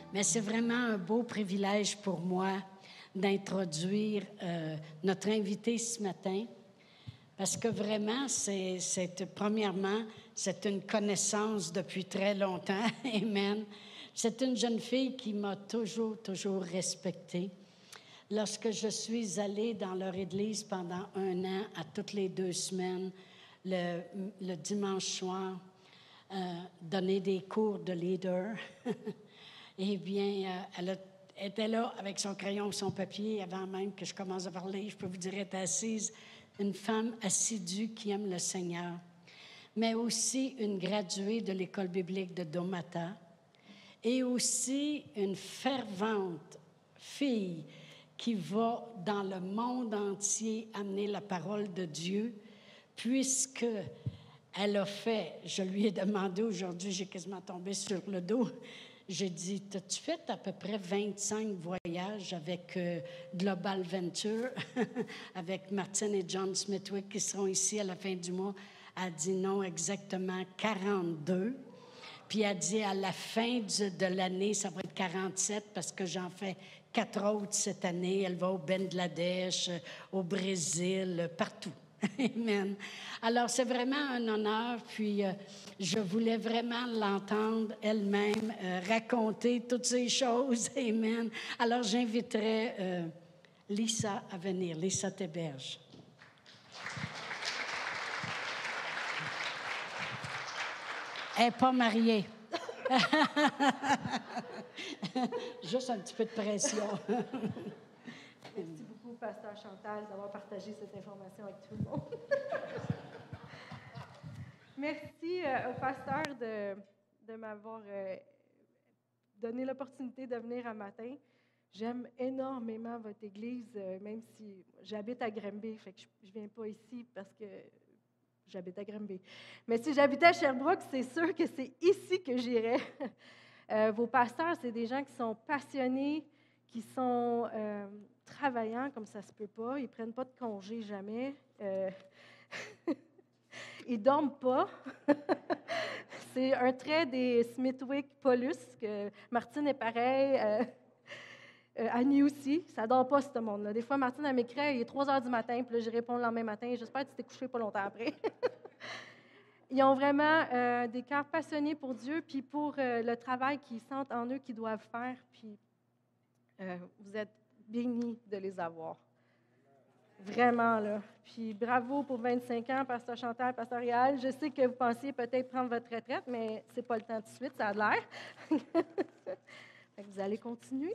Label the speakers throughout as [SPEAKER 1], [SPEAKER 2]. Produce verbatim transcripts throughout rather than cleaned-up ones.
[SPEAKER 1] Mais c'est vraiment un beau privilège pour moi d'introduire euh, notre invité ce matin, parce que vraiment, c'est, c'est premièrement, c'est une connaissance depuis très longtemps. Amen. C'est une jeune fille qui m'a toujours, toujours respectée. Lorsque je suis allée dans leur église pendant un an, à toutes les deux semaines, le, le dimanche soir, euh, donner des cours de leader, eh bien, euh, elle a, était là avec son crayon et son papier avant même que je commence à parler. Je peux vous dire, elle était assise, une femme assidue qui aime le Seigneur, mais aussi une graduée de l'école biblique de Domata et aussi une fervente fille qui va dans le monde entier amener la parole de Dieu, puisque elle a fait, je lui ai demandé aujourd'hui, j'ai quasiment tombé sur le dos, j'ai dit, as-tu fait à peu près vingt-cinq voyages avec euh, Global Venture, avec Martine et John Smithwick qui seront ici à la fin du mois? Elle a dit non, exactement quarante-deux. Puis elle dit à la fin du, de l'année, ça va être quarante-sept parce que j'en fais quatre autres cette année. Elle va au Bangladesh, au Brésil, partout. Amen. Alors, c'est vraiment un honneur. Puis, euh, je voulais vraiment l'entendre elle-même euh, raconter toutes ces choses. Amen. Alors, j'inviterai euh, Lisa à venir. Lisa Théberge. Elle n'est pas mariée. Juste un petit peu de pression.
[SPEAKER 2] Merci beaucoup, Pasteur Chantal, d'avoir partagé cette information avec tout le monde. Merci euh, au pasteur de, de m'avoir euh, donné l'opportunité de venir un matin. J'aime énormément votre église, euh, même si j'habite à Granby, fait que je ne viens pas ici parce que j'habite à Granby. Mais si j'habitais à Sherbrooke, c'est sûr que c'est ici que j'irais. Euh, vos pasteurs, c'est des gens qui sont passionnés, qui sont euh, travaillants comme ça se peut pas. Ils ne prennent pas de congé jamais. Euh, ils ne dorment pas. C'est un trait des Smithwick Paulus, que Martine est pareil. Euh, euh, Annie aussi. Ça ne dort pas, ce monde-là. Des fois, Martine, elle m'écrit, il est trois heures du matin, puis là, je réponds le lendemain matin. J'espère que tu t'es couché pas longtemps après. Ils ont vraiment euh, des cœurs passionnés pour Dieu, puis pour euh, le travail qu'ils sentent en eux qu'ils doivent faire. Puis euh, vous êtes bénis de les avoir. Vraiment, là. Puis bravo pour vingt-cinq ans, Pasteur Chantal, Pasteur Réal. Je sais que vous pensiez peut-être prendre votre retraite, mais ce n'est pas le temps tout de suite, ça a l'air. Fait que vous allez continuer.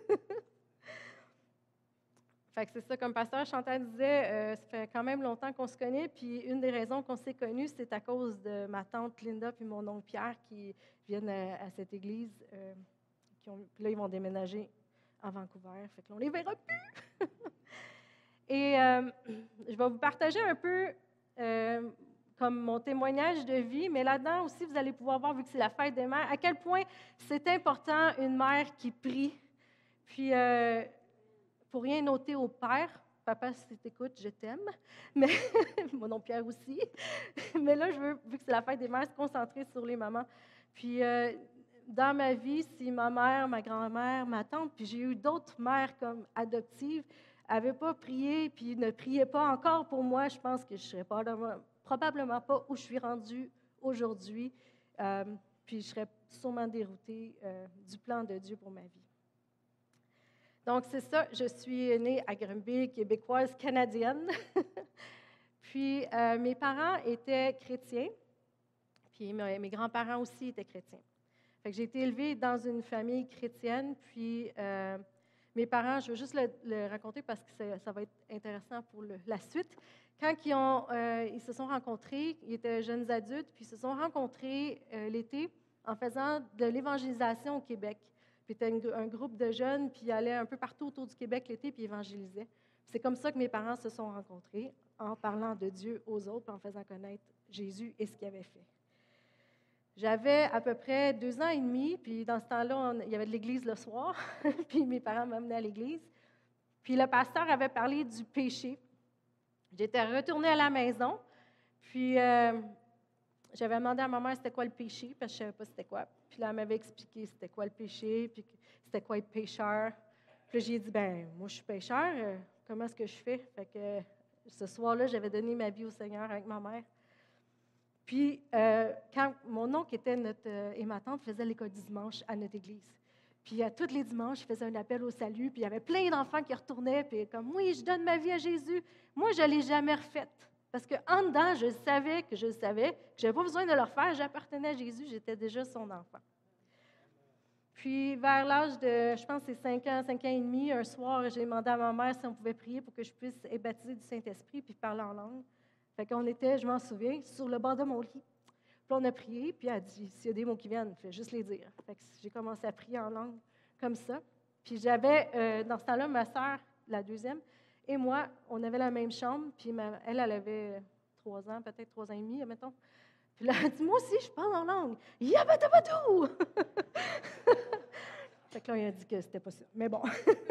[SPEAKER 2] Fait que c'est ça, comme Pasteur Chantal disait, euh, ça fait quand même longtemps qu'on se connaît, puis une des raisons qu'on s'est connus, c'est à cause de ma tante Linda puis mon oncle Pierre qui viennent à, à cette église. Euh, qui ont, puis là, ils vont déménager à Vancouver, fait que là, on les verra plus. Et euh, je vais vous partager un peu euh, comme mon témoignage de vie, mais là-dedans aussi, vous allez pouvoir voir, vu que c'est la fête des mères, à quel point c'est important une mère qui prie. Puis... Euh, Pour rien noter au père, papa, si tu écoutes, je t'aime, mais mon nom Pierre aussi. Mais là, je veux, vu que c'est la fête des mères, se concentrer sur les mamans. Puis, euh, dans ma vie, si ma mère, ma grand-mère, ma tante, puis j'ai eu d'autres mères comme adoptives, n'avaient pas prié, puis ne priaient pas encore pour moi, je pense que je ne serais pas, probablement pas où je suis rendue aujourd'hui, euh, puis je serais sûrement déroutée euh, du plan de Dieu pour ma vie. Donc, c'est ça, je suis née à Granby, québécoise, canadienne. Puis, euh, mes parents étaient chrétiens, puis mes, mes grands-parents aussi étaient chrétiens. Fait que j'ai été élevée dans une famille chrétienne, puis euh, mes parents, je veux juste le, le raconter parce que ça, ça va être intéressant pour le, la suite. Quand ils, ont, euh, ils se sont rencontrés, ils étaient jeunes adultes, puis ils se sont rencontrés euh, l'été en faisant de l'évangélisation au Québec. Puis c'était un groupe de jeunes, puis ils allaient un peu partout autour du Québec l'été, puis ils évangélisaient. Puis c'est comme ça que mes parents se sont rencontrés, en parlant de Dieu aux autres, puis en faisant connaître Jésus et ce qu'il avait fait. J'avais à peu près deux ans et demi, puis dans ce temps-là, on, il y avait de l'église le soir, puis mes parents m'amenaient à l'église. Puis le pasteur avait parlé du péché. J'étais retournée à la maison, puis euh, j'avais demandé à ma mère c'était quoi le péché, parce que je ne savais pas c'était quoi. Puis là, elle m'avait expliqué c'était quoi le péché, puis c'était quoi être pécheur. Puis là, j'ai dit, ben moi, je suis pécheur, euh, comment est-ce que je fais? Fait que ce soir-là, j'avais donné ma vie au Seigneur avec ma mère. Puis, euh, quand mon oncle était notre, euh, et ma tante faisaient l'école du dimanche à notre église. Puis, à tous les dimanches, je faisais un appel au salut, puis il y avait plein d'enfants qui retournaient, puis comme, oui, je donne ma vie à Jésus. Moi, je ne l'ai jamais refaite. Parce qu'en dedans, je savais que je le savais, que je n'avais pas besoin de le refaire, j'appartenais à Jésus, j'étais déjà son enfant. Puis, vers l'âge de, je pense, c'est cinq ans, cinq ans et demi, un soir, j'ai demandé à ma mère si on pouvait prier pour que je puisse être baptisée du Saint-Esprit puis parler en langue. Fait qu'on était, je m'en souviens, sur le bord de mon lit. Puis on a prié, puis elle a dit, s'il y a des mots qui viennent, fais juste les dire. Fait que j'ai commencé à prier en langue comme ça. Puis j'avais, euh, dans ce temps-là, ma sœur, la deuxième, et moi, on avait la même chambre, puis ma, elle, elle avait trois ans, peut-être trois ans et demi, admettons. Puis là, elle a dit, moi aussi, je parle en langue. Yabatabadou! Fait que là, il a dit que c'était pas ça. Mais bon.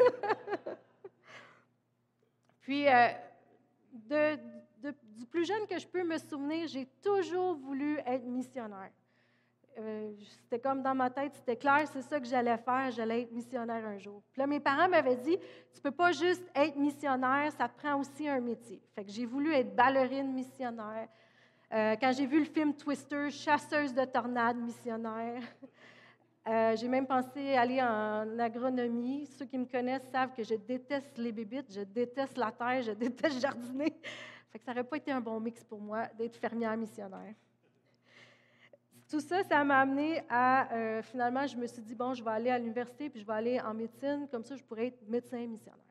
[SPEAKER 2] Puis, euh, de, de, du plus jeune que je peux me souvenir, j'ai toujours voulu être missionnaire. Euh, c'était comme dans ma tête, c'était clair, c'est ça que j'allais faire, j'allais être missionnaire un jour. Puis là, mes parents m'avaient dit, tu peux pas juste être missionnaire, ça te prend aussi un métier. Fait que j'ai voulu être ballerine missionnaire. Euh, quand j'ai vu le film Twister, chasseuse de tornades missionnaire. Euh, j'ai même pensé aller en agronomie. Ceux qui me connaissent savent que je déteste les bébites, je déteste la terre, je déteste jardiner. Fait que ça n'aurait pas été un bon mix pour moi d'être fermière missionnaire. Tout ça, ça m'a amené à, euh, finalement, je me suis dit, bon, je vais aller à l'université, puis je vais aller en médecine, comme ça, je pourrais être médecin missionnaire.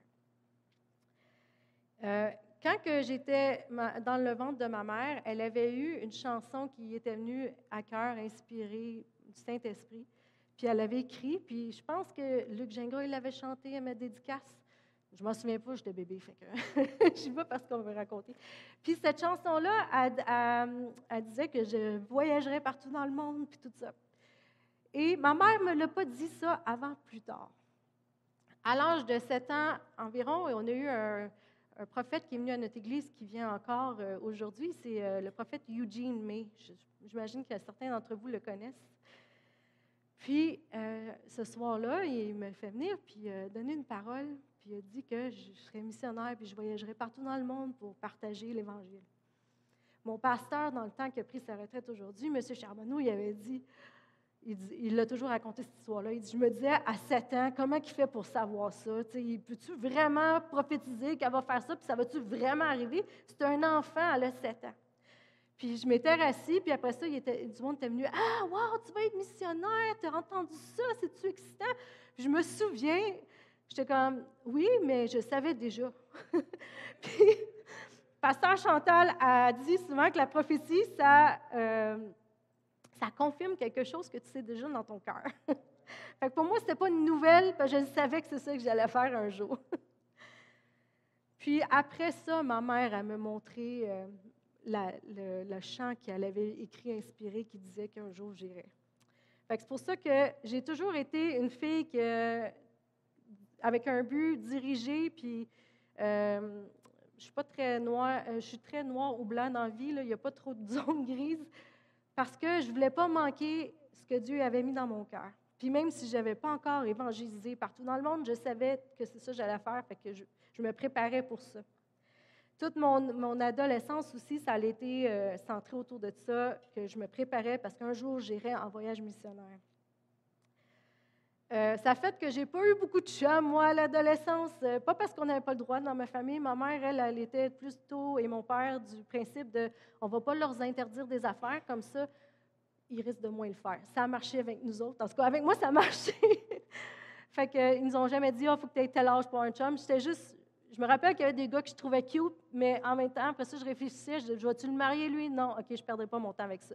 [SPEAKER 2] Euh, quand que j'étais dans le ventre de ma mère, elle avait eu une chanson qui était venue à cœur, inspirée du Saint-Esprit. Puis elle avait écrit, puis je pense que Luc Gingras, il l'avait chanté à ma dédicace. Je ne m'en souviens pas, j'étais bébé, fait que j'y vais parce qu'on veut raconter. Puis cette chanson-là, elle, elle, elle disait que je voyagerais partout dans le monde, puis tout ça. Et ma mère ne me l'a pas dit ça avant plus tard. À l'âge de sept ans environ, on a eu un, un prophète qui est venu à notre église, qui vient encore euh, aujourd'hui, c'est euh, le prophète Eugene May. J'imagine que certains d'entre vous le connaissent. Puis, euh, ce soir-là, il me fait venir, puis euh, donner une parole, puis il a dit que je serais missionnaire, puis je voyagerais partout dans le monde pour partager l'Évangile. Mon pasteur, dans le temps qui a pris sa retraite aujourd'hui, M. Charbonneau, il avait dit, il l'a toujours raconté cette histoire-là, il dit, je me disais, à sept ans, comment il fait pour savoir ça? T'sais, peux-tu vraiment prophétiser qu'elle va faire ça, puis ça va-tu vraiment arriver? C'est un enfant, elle a sept ans. Puis je m'étais rassis, puis après ça, il était, du monde était venu. « Ah, wow, tu vas être missionnaire, tu as entendu ça, c'est-tu excitant? » Puis je me souviens, j'étais comme « Oui, mais je savais déjà. » Puis, pasteur Chantal a dit souvent que la prophétie, ça, euh, ça confirme quelque chose que tu sais déjà dans ton cœur. Fait que pour moi, ce n'était pas une nouvelle, parce que je savais que c'est ça que j'allais faire un jour. Puis après ça, ma mère, elle m'a montré... Euh, La, le, le chant qu'elle avait écrit, inspiré, qui disait qu'un jour j'irais. C'est pour ça que j'ai toujours été une fille que, avec un but dirigé, puis euh, je suis pas très noire, je suis très noire ou blanc dans la vie, là, il n'y a pas trop de zone grise, parce que je ne voulais pas manquer ce que Dieu avait mis dans mon cœur. Puis même si je n'avais pas encore évangélisé partout dans le monde, je savais que c'est ça que j'allais faire, fait que je, je me préparais pour ça. Toute mon, mon adolescence aussi, ça a été euh, centré autour de ça, que je me préparais parce qu'un jour, j'irais en voyage missionnaire. Euh, ça a fait que je n'ai pas eu beaucoup de chums, moi, à l'adolescence. Euh, pas parce qu'on n'avait pas le droit dans ma famille. Ma mère, elle, elle était plutôt, et mon père, du principe de on ne va pas leur interdire des affaires, comme ça, ils risquent de moins le faire. Ça a marché avec nous autres. En tout cas, avec moi, ça a marché. Fait qu'ils nous ont jamais dit, il oh, faut que tu aies tel âge pour un chum. J'étais juste... Je me rappelle qu'il y avait des gars que je trouvais cute, mais en même temps, après ça, je réfléchissais, je disais, vais-tu le marier, lui? Non, OK, je ne perdrai pas mon temps avec ça.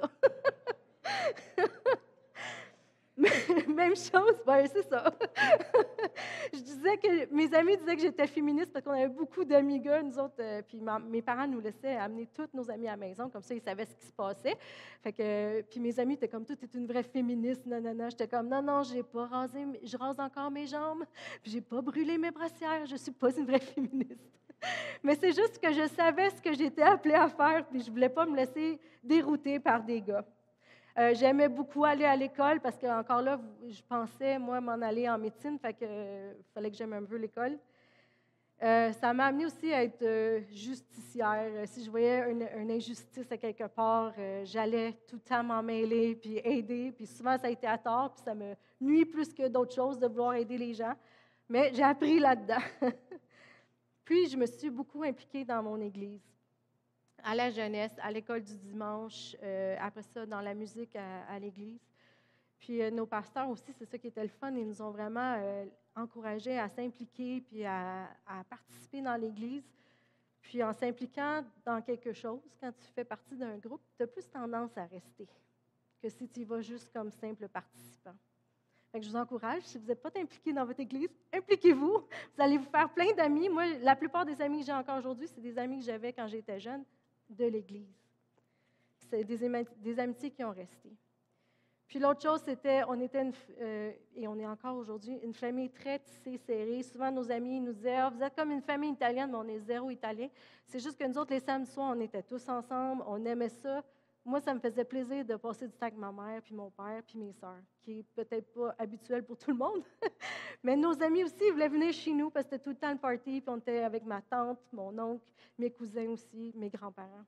[SPEAKER 2] Même chose, bien, c'est ça. Je disais que mes amis disaient que j'étais féministe parce qu'on avait beaucoup d'amis gars, nous autres, euh, puis ma, mes parents nous laissaient amener tous nos amis à la maison, comme ça, ils savaient ce qui se passait. Fait que, puis mes amis étaient comme, toi, tu es une vraie féministe, non, non, non. J'étais comme, non, non, j'ai pas rasé, je rase encore mes jambes, puis j'ai pas brûlé mes brassières, je suis pas une vraie féministe. Mais c'est juste que je savais ce que j'étais appelée à faire, puis je ne voulais pas me laisser dérouter par des gars. Euh, j'aimais beaucoup aller à l'école parce que, encore là, je pensais, moi, m'en aller en médecine, fait que euh, fallait que j'aime un peu l'école. Euh, ça m'a amené aussi à être euh, justicière. Euh, si je voyais une, une injustice à quelque part, euh, j'allais tout le temps m'en mêler puis aider. Puis souvent, ça a été à tort, puis ça me nuit plus que d'autres choses de vouloir aider les gens. Mais j'ai appris là-dedans. Puis, je me suis beaucoup impliquée dans mon Église, à la jeunesse, à l'école du dimanche, euh, après ça, dans la musique à, à l'Église. Puis, euh, nos pasteurs aussi, c'est ça qui était le fun. Ils nous ont vraiment euh, encouragés à s'impliquer puis à, à participer dans l'Église. Puis, en s'impliquant dans quelque chose, quand tu fais partie d'un groupe, tu as plus tendance à rester que si tu y vas juste comme simple participant. Fait que je vous encourage, si vous n'êtes pas impliqué dans votre Église, impliquez-vous. Vous allez vous faire plein d'amis. Moi, la plupart des amis que j'ai encore aujourd'hui, c'est des amis que j'avais quand j'étais jeune de l'Église. C'est des, des amitiés qui ont resté. Puis l'autre chose, c'était, on était, une, euh, et on est encore aujourd'hui, une famille très tissée, serrée. Souvent, nos amis nous disaient, ah, vous êtes comme une famille italienne, mais on est zéro italien. C'est juste que nous autres, les samedis soirs, on était tous ensemble, on aimait ça. Moi, ça me faisait plaisir de passer du temps avec ma mère, puis mon père, puis mes sœurs, qui est peut-être pas habituel pour tout le monde. Mais nos amis aussi, ils voulaient venir chez nous parce que c'était tout le temps le party, puis on était avec ma tante, mon oncle, mes cousins aussi, mes grands-parents.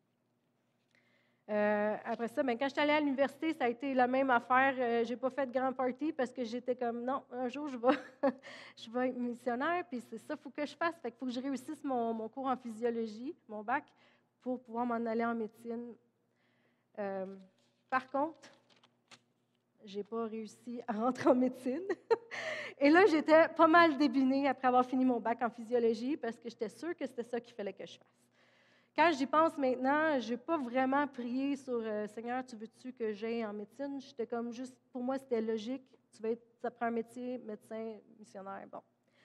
[SPEAKER 2] Euh, après ça, bien, quand je suis allée à l'université, ça a été la même affaire. Euh, je n'ai pas fait de grand party parce que j'étais comme, non, un jour, je vais, je vais être missionnaire, puis c'est ça qu'il faut que je fasse. Fait qu'il faut que je réussisse mon, mon cours en physiologie, mon bac, pour pouvoir m'en aller en médecine. Euh, par contre, je n'ai pas réussi à rentrer en médecine. Et là, j'étais pas mal débinée après avoir fini mon bac en physiologie parce que j'étais sûre que c'était ça qu'il fallait que je fasse. Quand j'y pense maintenant, je n'ai pas vraiment prié sur euh, « Seigneur, tu veux-tu que j'aille en médecine? » J'étais comme juste, pour moi, c'était logique. Tu vas être, ça prend un métier, médecin, missionnaire, bon.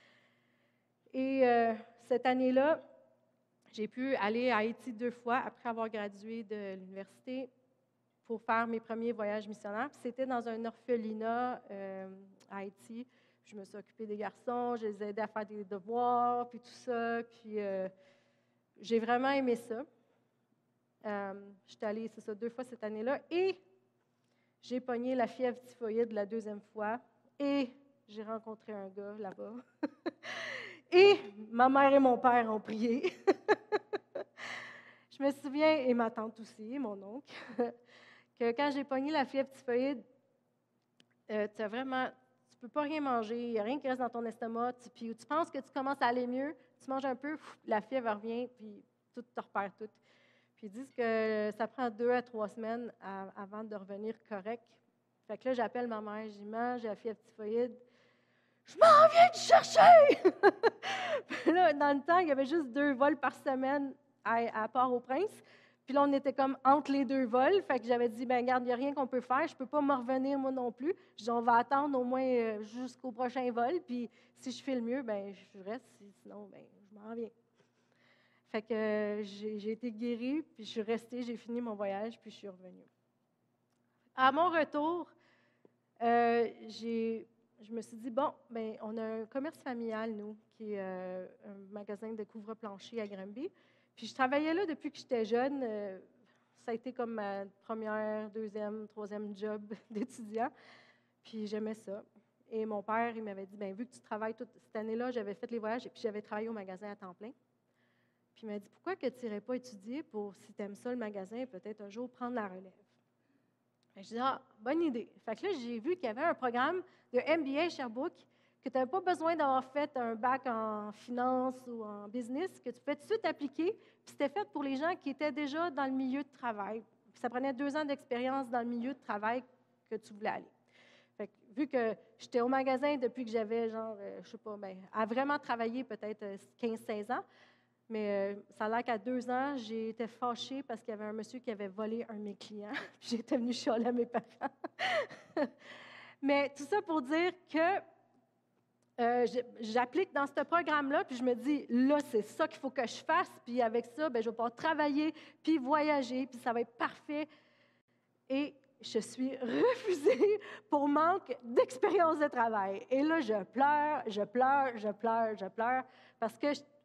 [SPEAKER 2] Et euh, cette année-là, j'ai pu aller à Haïti deux fois après avoir gradué de l'université pour faire mes premiers voyages missionnaires. Puis c'était dans un orphelinat euh, à Haïti. Je me suis occupée des garçons, je les ai aidés à faire des devoirs, puis tout ça. Puis euh, j'ai vraiment aimé ça. Euh, je suis allée, c'est ça, deux fois cette année-là. Et j'ai pogné la fièvre typhoïde la deuxième fois. Et j'ai rencontré un gars là-bas. Et ma mère et mon père ont prié. Je me souviens, et ma tante aussi, mon oncle, que quand j'ai pogné la fièvre typhoïde, euh, tu as vraiment, tu peux pas rien manger, il n'y a rien qui reste dans ton estomac, tu, puis tu penses que tu commences à aller mieux, tu manges un peu, pff, la fièvre revient, puis tout te repère tout. Puis ils disent que ça prend deux à trois semaines à, avant de revenir correct. Fait que là, j'appelle ma mère, j'y mange, j'ai la fièvre typhoïde. Je m'en viens te chercher! Puis là, dans le temps, il y avait juste deux vols par semaine à, à Port-au-Prince. Puis là, on était comme entre les deux vols. Fait que j'avais dit, ben regarde, il n'y a rien qu'on peut faire. Je ne peux pas me revenir, moi non plus. Je dis, on va attendre au moins euh, jusqu'au prochain vol. Puis si je fais le mieux, ben je reste. Sinon, ben je m'en viens. Fait que euh, j'ai, j'ai été guérie, puis je suis restée, j'ai fini mon voyage, puis je suis revenue. À mon retour, euh, j'ai... je me suis dit, bon, bien, on a un commerce familial, nous, qui est euh, un magasin de couvre-plancher à Granby. Puis je travaillais là depuis que j'étais jeune. Euh, ça a été comme ma première, deuxième, troisième job d'étudiant. Puis j'aimais ça. Et mon père, il m'avait dit, bien, vu que tu travailles toute cette année-là, j'avais fait les voyages et puis j'avais travaillé au magasin à temps plein. Puis il m'a dit, pourquoi que tu n'irais pas étudier pour, si tu aimes ça, le magasin, peut-être un jour prendre la relève? Je dis, ah, bonne idée. Fait que là, j'ai vu qu'il y avait un programme de M B A Sherbrooke, que tu n'avais pas besoin d'avoir fait un bac en finance ou en business, que tu pouvais tout de suite appliquer. Puis c'était fait pour les gens qui étaient déjà dans le milieu de travail. Puis ça prenait deux ans d'expérience dans le milieu de travail que tu voulais aller. Fait que, vu que j'étais au magasin depuis que j'avais, genre, euh, je sais pas, bien, à vraiment travailler peut-être quinze seize ans, mais euh, ça a l'air qu'à deux ans, j'ai été fâchée parce qu'il y avait un monsieur qui avait volé un de mes clients. Puis j'étais venue chialer à mes parents. Mais tout ça pour dire que euh, j'applique dans ce programme-là, puis je me dis, là, c'est ça qu'il faut que je fasse. Puis avec ça, bien, je vais pouvoir travailler, puis voyager, puis ça va être parfait. Et je suis refusée pour manque d'expérience de travail. Et là, je pleure, je pleure, je pleure, je pleure, parce que je,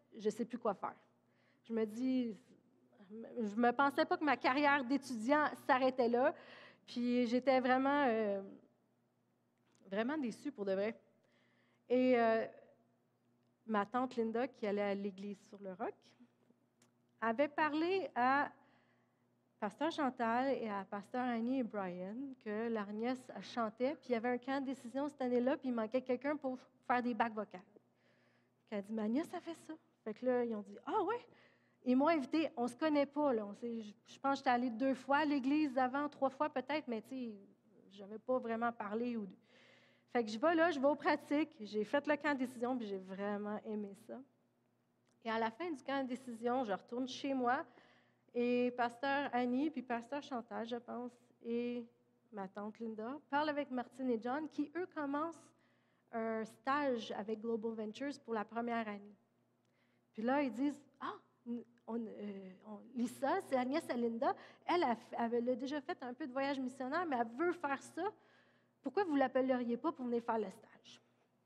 [SPEAKER 2] je ne sais plus quoi faire. Je me dis, je ne me pensais pas que ma carrière d'étudiant s'arrêtait là. Puis j'étais vraiment, euh, vraiment déçue pour de vrai. Et euh, ma tante Linda, qui allait à l'église sur le Roc, avait parlé à Pasteur Chantal et à Pasteur Annie et Brian que leur nièce chantait, puis il y avait un camp de décision cette année-là, puis il manquait quelqu'un pour faire des bacs vocales. Puis elle a dit, ma nièce a fait ça. Fait que là, ils ont dit, ah ouais? Ils m'ont invité, on ne se connaît pas, là. On je, je pense que j'étais allée deux fois à l'église avant, trois fois peut-être, mais tu sais, je n'avais pas vraiment parlé. Ou... Fait que je vais là, je vais aux pratiques, j'ai fait le camp de décision, puis j'ai vraiment aimé ça. Et à la fin du camp de décision, je retourne chez moi, et Pasteur Annie, puis Pasteur Chantal, je pense, et ma tante Linda, parlent avec Martine et John, qui, eux, commencent un stage avec Global Ventures pour la première année. Puis là, ils disent, « Ah, on, euh, on, Lisa, c'est la nièce à Linda, elle, a, elle a déjà fait un peu de voyage missionnaire, mais elle veut faire ça. Pourquoi vous ne l'appelleriez pas pour venir faire le stage? »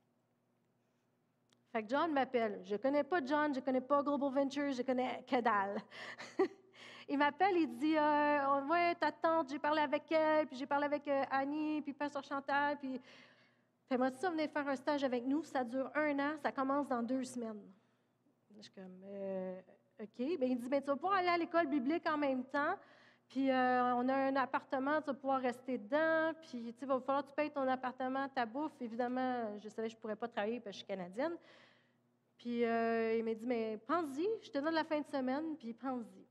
[SPEAKER 2] Fait que John m'appelle. Je ne connais pas John, je ne connais pas Global Ventures, je connais que dalle. Il m'appelle, il dit, euh, « Ouais, ta tante, j'ai parlé avec elle, puis j'ai parlé avec euh, Annie, puis Pasteur Chantal, puis fais-moi ça, venez faire un stage avec nous, ça dure un an, ça commence dans deux semaines. » Je suis comme, euh, OK. Bien, il dit, bien, tu vas pouvoir aller à l'école biblique en même temps, puis euh, on a un appartement, tu vas pouvoir rester dedans, puis tu sais, il va falloir que tu payes ton appartement, ta bouffe. Évidemment, je savais que je ne pourrais pas travailler parce que je suis canadienne. Puis euh, il m'a dit, mais pense-y, je te donne la fin de semaine, puis pense-y.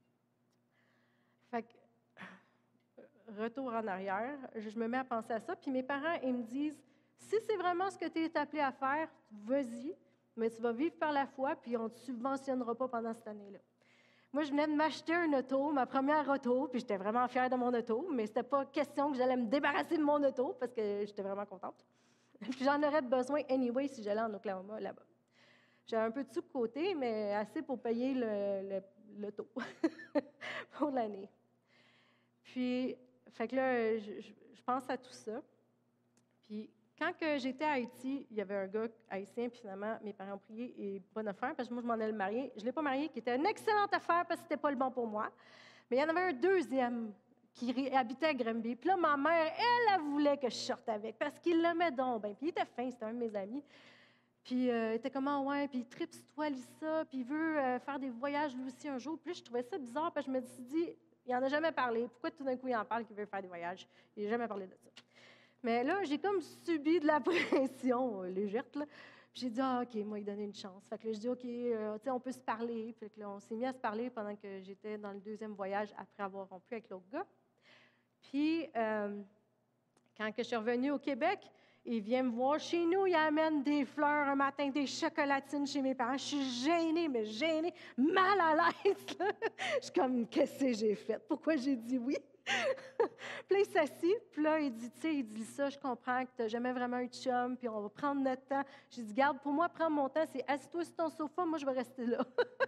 [SPEAKER 2] Fait que, retour en arrière, je me mets à penser à ça, puis mes parents, ils me disent, si c'est vraiment ce que tu es appelé à faire, vas-y, mais tu vas vivre par la foi, puis on ne te subventionnera pas pendant cette année-là. Moi, je venais de m'acheter un auto, ma première auto, puis j'étais vraiment fière de mon auto, mais ce n'était pas question que j'allais me débarrasser de mon auto, parce que j'étais vraiment contente. Puis j'en aurais besoin anyway si j'allais en Oklahoma, là-bas. J'avais un peu de sous de côté, mais assez pour payer le, le, l'auto pour l'année. Puis, fait que là, je, je, je pense à tout ça. Puis, quand que j'étais à Haïti, il y avait un gars haïtien, puis finalement, mes parents ont prié, et bonne affaire, parce que moi, je m'en allais le marier. Je ne l'ai pas marié, qui était une excellente affaire, parce que ce n'était pas le bon pour moi. Mais il y en avait un deuxième qui habitait à Granby. Puis là, ma mère, elle, elle voulait que je sorte avec, parce qu'il l'aimait donc bien. Puis il était fin, c'était un de mes amis. Puis euh, il était comme, ah ouais, puis il tripe sur toi, Lisa, puis il veut euh, faire des voyages lui aussi un jour. Puis là, je trouvais ça bizarre, parce que je me suis dit, il n'en a jamais parlé. Pourquoi tout d'un coup, il en parle qu'il veut faire des voyages? Il n'a jamais parlé de ça. Mais là, j'ai comme subi de la pression euh, légère, là. Puis j'ai dit, ah, OK, moi, il donnait une chance. Fait que là, je dis, OK, euh, tu sais, on peut se parler. Fait que là, on s'est mis à se parler pendant que j'étais dans le deuxième voyage après avoir rompu avec l'autre gars. Puis, euh, quand que je suis revenue au Québec, il vient me voir chez nous, il amène des fleurs un matin, des chocolatines chez mes parents. Je suis gênée, mais gênée, mal à l'aise, là. Je suis comme, qu'est-ce que j'ai fait? Pourquoi j'ai dit oui? Puis là, il s'assit, puis là, il dit, tu sais, il dit ça, je comprends que tu n'as jamais vraiment eu de chum, puis on va prendre notre temps. J'ai dit, garde, pour moi, prendre mon temps, c'est assis-toi sur ton sofa, moi, je vais rester là.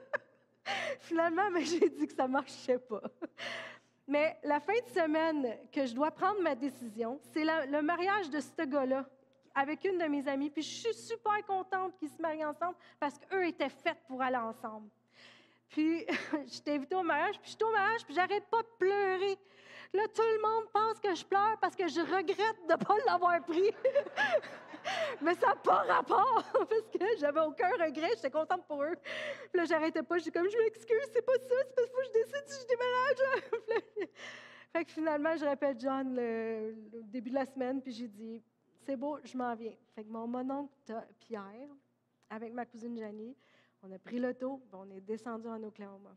[SPEAKER 2] Finalement, mais j'ai dit que ça ne marchait pas. Mais la fin de semaine que je dois prendre ma décision, c'est la, le mariage de ce gars-là avec une de mes amies, puis je suis super contente qu'ils se marient ensemble parce qu'eux étaient faits pour aller ensemble. Puis, je t'ai invitée au mariage, puis je suis au mariage, puis j'arrête pas de pleurer. Là, tout le monde pense que je pleure parce que je regrette de ne pas l'avoir pris. Mais ça n'a pas rapport, parce que j'avais aucun regret, j'étais contente pour eux. Puis là, j'arrêtais pas, je dis comme, je m'excuse, c'est pas ça, c'est parce qu'il faut que je décide si je déménage. Fait que finalement, je rappelle John le, le début de la semaine, puis j'ai dit, c'est beau, je m'en viens. Fait que mon mononcle Pierre, avec ma cousine Janie, on a pris l'auto, puis on est descendu en Oklahoma.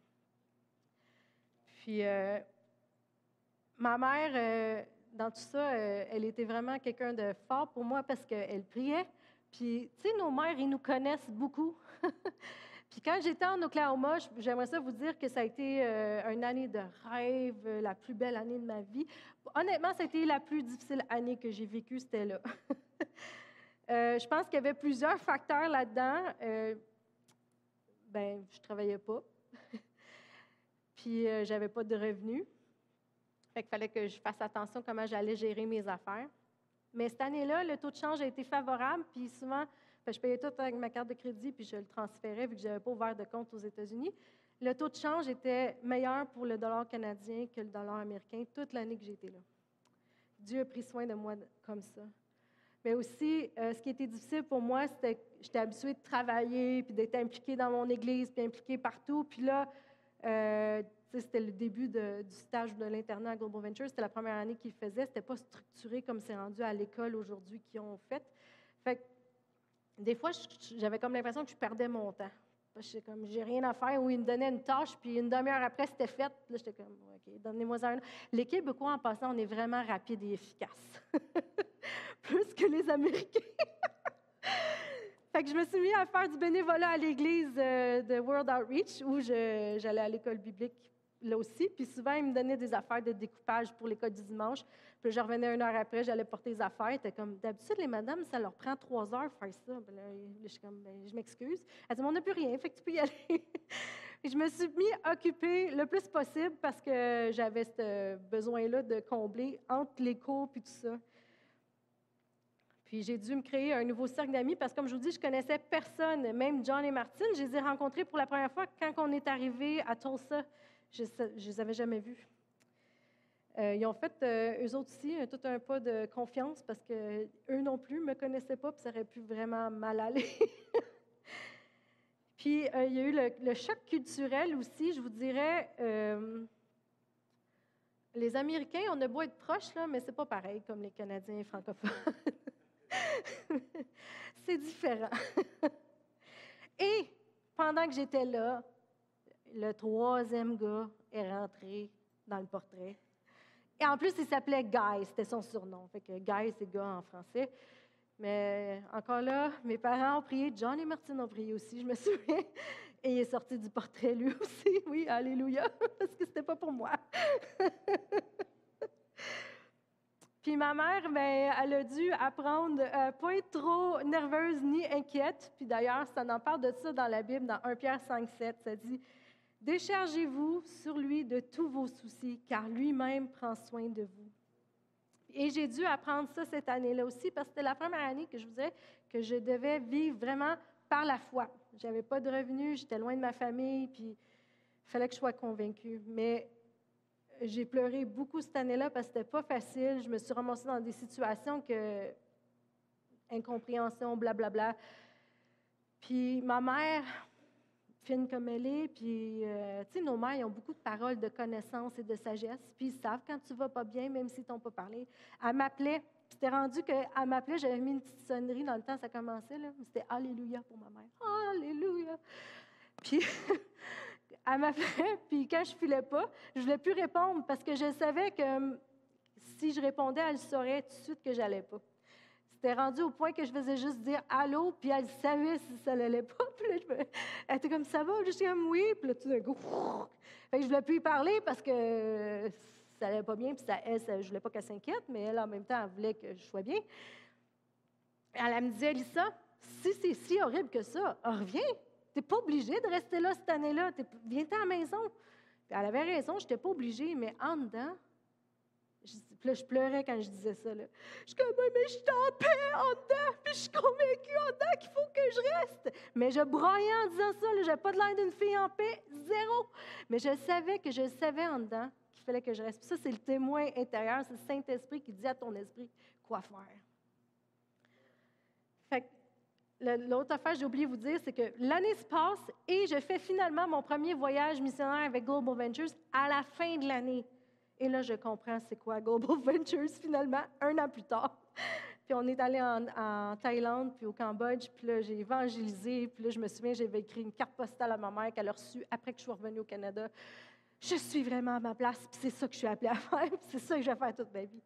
[SPEAKER 2] Puis, euh, ma mère, euh, dans tout ça, euh, elle était vraiment quelqu'un de fort pour moi parce qu'elle priait. Puis, tu sais, nos mères, ils nous connaissent beaucoup. Puis quand j'étais en Oklahoma, j'aimerais ça vous dire que ça a été euh, une année de rêve, euh, la plus belle année de ma vie. Honnêtement, ça a été la plus difficile année que j'ai vécue, c'était là. euh, je pense qu'il y avait plusieurs facteurs là-dedans. Euh, ben, je travaillais pas. Puis, euh, j'avais pas de revenus. Fait qu'il fallait que je fasse attention à comment j'allais gérer mes affaires. Mais cette année-là, le taux de change a été favorable, puis souvent, je payais tout avec ma carte de crédit, puis je le transférais vu que je n'avais pas ouvert de compte aux États-Unis. Le taux de change était meilleur pour le dollar canadien que le dollar américain toute l'année que j'étais là. Dieu a pris soin de moi comme ça. Mais aussi, euh, ce qui était difficile pour moi, c'était que j'étais habituée de travailler, puis d'être impliquée dans mon église, puis impliquée partout. Puis là, euh, c'était le début de, du stage de l'internat à Global Ventures. C'était la première année qu'ils le faisaient. C'était pas structuré comme c'est rendu à l'école aujourd'hui qu'ils ont fait. Fait que, des fois, j'avais comme l'impression que je perdais mon temps. J'étais comme, j'ai rien à faire, ou ils me donnaient une tâche, puis une demi-heure après, c'était fait. Puis là, j'étais comme, OK, donnez-moi ça. Les Québécois, en passant, on est vraiment rapides et efficaces. Plus que les Américains. Fait que je me suis mis à faire du bénévolat à l'église euh, de World Outreach, où je, j'allais à l'école biblique là aussi. Puis souvent, ils me donnaient des affaires de découpage pour l'école du dimanche. Puis je revenais une heure après, j'allais porter les affaires. C'était comme, d'habitude, les madames, ça leur prend trois heures faire ça. Puis là, je suis comme, ben, je m'excuse. Elle dit, on n'a plus rien, fait que tu peux y aller. Et je me suis mis occupée le plus possible parce que j'avais ce besoin-là de combler entre les cours et tout ça. Puis j'ai dû me créer un nouveau cercle d'amis parce que, comme je vous dis, je connaissais personne, même John et Martine. Je les ai rencontrés pour la première fois quand on est arrivé à Tulsa. Je ne les avais jamais vus. Euh, ils ont fait, euh, eux autres aussi, tout un pas de confiance parce qu'eux non plus ne me connaissaient pas, puis ça aurait pu vraiment mal aller. Puis euh, il y a eu le, le choc culturel aussi, je vous dirais. Euh, les Américains, on a beau être proches, là, mais ce n'est pas pareil comme les Canadiens francophones. C'est différent. Et pendant que j'étais là, le troisième gars est rentré dans le portrait. Et en plus, il s'appelait Guy, c'était son surnom. Fait que Guy, c'est gars en français. Mais encore là, mes parents ont prié, John et Martine ont prié aussi, je me souviens. Et il est sorti du portrait lui aussi. Oui, alléluia, parce que c'était pas pour moi. Puis ma mère, bien, elle a dû apprendre à ne pas être trop nerveuse ni inquiète. Puis d'ailleurs, ça en parle de ça dans la Bible, dans un Pierre cinq sept. Ça dit « Déchargez-vous sur lui de tous vos soucis, car lui-même prend soin de vous. » Et j'ai dû apprendre ça cette année-là aussi, parce que c'était la première année que je vous disais que je devais vivre vraiment par la foi. Je n'avais pas de revenus, j'étais loin de ma famille, puis il fallait que je sois convaincue. Mais j'ai pleuré beaucoup cette année-là parce que c'était pas facile. Je me suis ramassée dans des situations que... incompréhension, blablabla. Puis ma mère, fine comme elle est, puis, euh, tu sais, nos mères, ils ont beaucoup de paroles de connaissance et de sagesse, puis ils savent quand tu vas pas bien, même s'ils t'ont pas parlé. Elle m'appelait, puis c'était rendu qu'elle m'appelait, j'avais mis une petite sonnerie dans le temps, ça commençait, là, c'était « Alléluia » pour ma mère. « Alléluia ». Puis... elle m'appelait, puis quand je ne filais pas, je ne voulais plus répondre parce que je savais que si je répondais, elle saurait tout de suite que je n'allais pas. C'était rendu au point que je faisais juste dire « Allô », puis elle savait si ça n'allait pas. Puis là, je me... elle était comme « Ça va? » Je suis comme « Oui », puis là, tout d'un coup, fait que je ne voulais plus y parler parce que ça n'allait pas bien, puis ça, elle, ça, je ne voulais pas qu'elle s'inquiète, mais elle, en même temps, elle voulait que je sois bien. Elle, elle me disait « Lisa, si c'est si horrible que ça, reviens. Tu n'es pas obligée de rester là cette année-là. Viens-t'en à la maison. » Puis elle avait raison, je n'étais pas obligée, mais en dedans, je, puis là, je pleurais quand je disais ça. Là. Je suis comme, mais je suis en paix en dedans, puis je suis convaincue en dedans qu'il faut que je reste. Mais je broyais en disant ça, je n'avais pas de l'air d'une fille en paix, zéro. Mais je savais que je savais en dedans qu'il fallait que je reste. Puis ça, c'est le témoin intérieur, c'est le Saint-Esprit qui dit à ton esprit quoi faire. Fait que, l'autre affaire que j'ai oublié de vous dire, c'est que l'année se passe et je fais finalement mon premier voyage missionnaire avec Global Ventures à la fin de l'année. Et là, je comprends c'est quoi Global Ventures finalement, un an plus tard. Puis on est allé en, en Thaïlande, puis au Cambodge, puis là, j'ai évangélisé, puis là, je me souviens, j'avais écrit une carte postale à ma mère qu'elle a reçue après que je suis revenue au Canada. Je suis vraiment à ma place, puis c'est ça que je suis appelée à faire, puis c'est ça que je vais faire toute ma vie.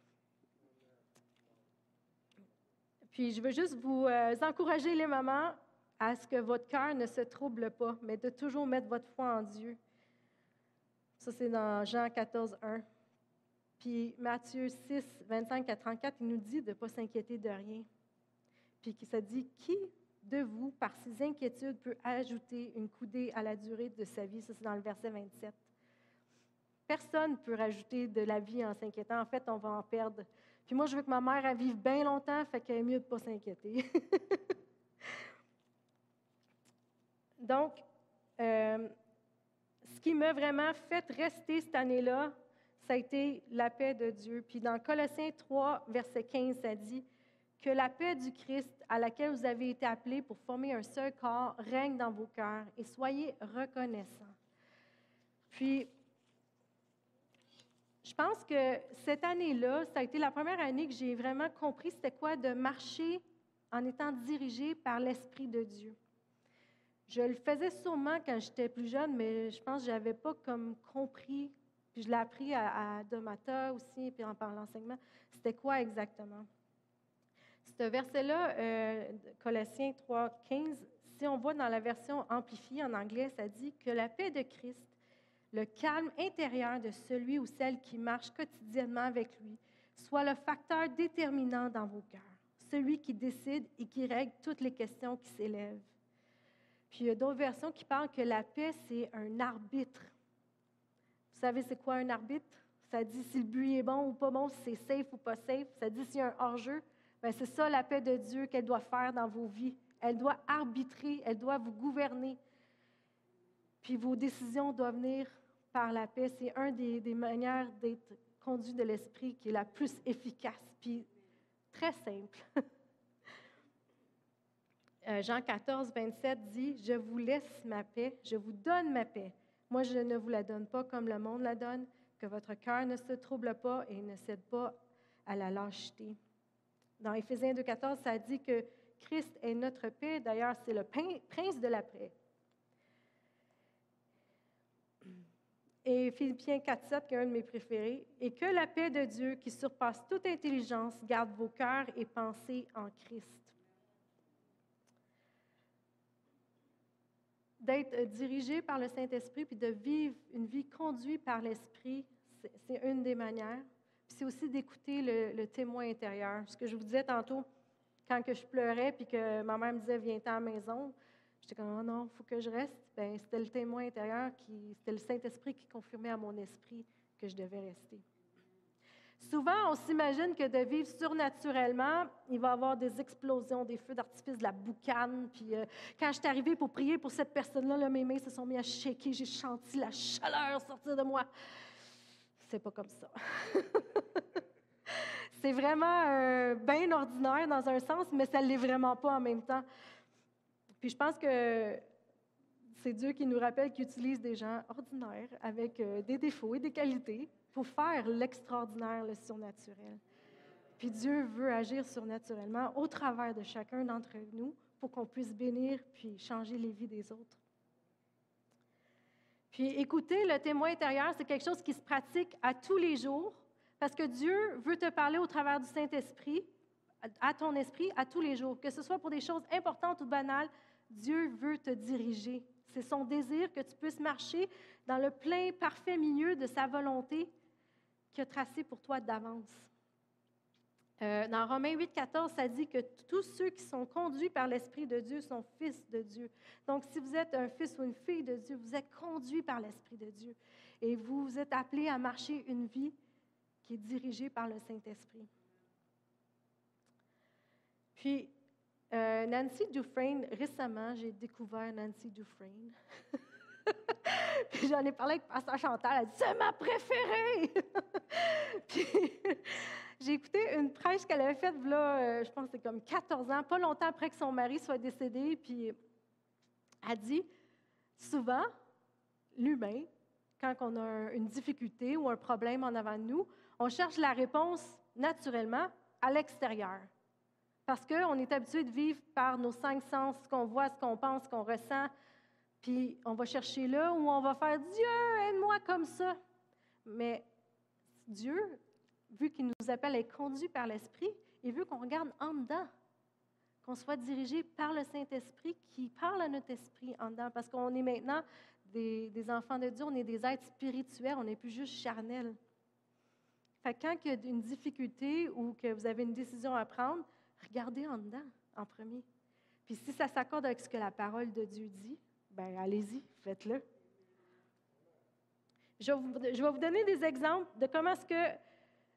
[SPEAKER 2] Puis je veux juste vous euh, encourager, les mamans, à ce que votre cœur ne se trouble pas, mais de toujours mettre votre foi en Dieu. Ça, c'est dans Jean quatorze, un. Puis Matthieu six, vingt-cinq à trente-quatre, il nous dit de ne pas s'inquiéter de rien. Puis ça dit, qui de vous, par ses inquiétudes, peut ajouter une coudée à la durée de sa vie? Ça, c'est dans le verset vingt-sept. Personne ne peut rajouter de la vie en s'inquiétant. En fait, on va en perdre. Puis moi, je veux que ma mère elle vive bien longtemps, fait qu'elle est mieux de ne pas s'inquiéter. Donc, euh, ce qui m'a vraiment fait rester cette année-là, ça a été la paix de Dieu. Puis dans Colossiens trois, verset quinze, ça dit que la paix du Christ à laquelle vous avez été appelés pour former un seul corps règne dans vos cœurs et soyez reconnaissants. Puis, je pense que cette année-là, ça a été la première année que j'ai vraiment compris c'était quoi de marcher en étant dirigé par l'Esprit de Dieu. Je le faisais sûrement quand j'étais plus jeune, mais je pense que je n'avais pas comme compris. Puis je l'ai appris à, à Domata aussi, puis en parlant l'enseignement. C'était quoi exactement? Ce verset-là, euh, Colossiens trois, quinze, si on voit dans la version amplifiée en anglais, ça dit que la paix de Christ, le calme intérieur de celui ou celle qui marche quotidiennement avec lui, soit le facteur déterminant dans vos cœurs, celui qui décide et qui règle toutes les questions qui s'élèvent. Puis il y a d'autres versions qui parlent que la paix, c'est un arbitre. Vous savez, c'est quoi un arbitre? Ça dit si le but est bon ou pas bon, si c'est safe ou pas safe. Ça dit s'il y a un hors-jeu. Bien, c'est ça la paix de Dieu qu'elle doit faire dans vos vies. Elle doit arbitrer, elle doit vous gouverner. Puis vos décisions doivent venir par la paix. C'est une des, des manières d'être conduit de l'esprit qui est la plus efficace, puis très simple. Jean quatorze, vingt-sept dit « Je vous laisse ma paix, je vous donne ma paix. Moi, je ne vous la donne pas comme le monde la donne, que votre cœur ne se trouble pas et ne cède pas à la lâcheté. » Dans Éphésiens deux, quatorze, ça dit que Christ est notre paix. D'ailleurs, c'est le prince de la paix. Et Philippiens quatre, sept, qui est un de mes préférés, « Et que la paix de Dieu, qui surpasse toute intelligence, garde vos cœurs et pensées en Christ. » D'être dirigé par le Saint-Esprit puis de vivre une vie conduite par l'Esprit, c'est, c'est une des manières. Puis c'est aussi d'écouter le, le témoin intérieur. Ce que je vous disais tantôt, quand que je pleurais puis que ma mère me disait « Viens-t'en à la maison », j'étais comme « Oh non, il faut que je reste ». Bien, c'était le témoin intérieur, qui, c'était le Saint-Esprit qui confirmait à mon esprit que je devais rester. Souvent, on s'imagine que de vivre surnaturellement, il va y avoir des explosions, des feux d'artifice, de la boucane. Puis euh, quand je suis arrivée pour prier pour cette personne-là, là, mes mains se sont mises à shaker, j'ai senti la chaleur sortir de moi. C'est pas comme ça. C'est vraiment euh, bien ordinaire dans un sens, mais ça ne l'est vraiment pas en même temps. Puis je pense que c'est Dieu qui nous rappelle qu'il utilise des gens ordinaires avec euh, des défauts et des qualités pour faire l'extraordinaire, le surnaturel. Puis Dieu veut agir surnaturellement au travers de chacun d'entre nous pour qu'on puisse bénir puis changer les vies des autres. Puis écouter le témoin intérieur, c'est quelque chose qui se pratique à tous les jours parce que Dieu veut te parler au travers du Saint-Esprit, à ton esprit, à tous les jours. Que ce soit pour des choses importantes ou banales, Dieu veut te diriger. C'est son désir que tu puisses marcher dans le plein, parfait milieu de sa volonté qu'il a tracé pour toi d'avance. Euh, dans Romains huit, quatorze, ça dit que tous ceux qui sont conduits par l'Esprit de Dieu sont fils de Dieu. Donc, si vous êtes un fils ou une fille de Dieu, vous êtes conduit par l'Esprit de Dieu. Et vous, vous êtes appelés à marcher une vie qui est dirigée par le Saint-Esprit. Puis, euh, Nancy Dufresne, récemment, j'ai découvert Nancy Dufresne. Puis j'en ai parlé avec Pasteur Chantal, elle a dit « C'est ma préférée! » Puis j'ai écouté une prêche qu'elle avait faite, là, euh, je pense que c'est comme quatorze ans, pas longtemps après que son mari soit décédé, puis elle dit « Souvent, l'humain, quand on a une difficulté ou un problème en avant de nous, on cherche la réponse naturellement à l'extérieur. Parce qu'on est habitué de vivre par nos cinq sens, ce qu'on voit, ce qu'on pense, ce qu'on ressent. Puis on va chercher là où on va faire « Dieu, aide-moi comme ça ». Mais Dieu, vu qu'il nous appelle à être conduits par l'Esprit, il veut qu'on regarde en dedans, qu'on soit dirigé par le Saint-Esprit qui parle à notre esprit en dedans. Parce qu'on est maintenant des, des enfants de Dieu, on est des êtres spirituels, on n'est plus juste charnels. Fait que quand il y a une difficulté ou que vous avez une décision à prendre, regardez en dedans en premier. Puis si ça s'accorde avec ce que la parole de Dieu dit, bien allez-y, faites-le. Je vais, vous, je vais vous donner des exemples de comment est-ce que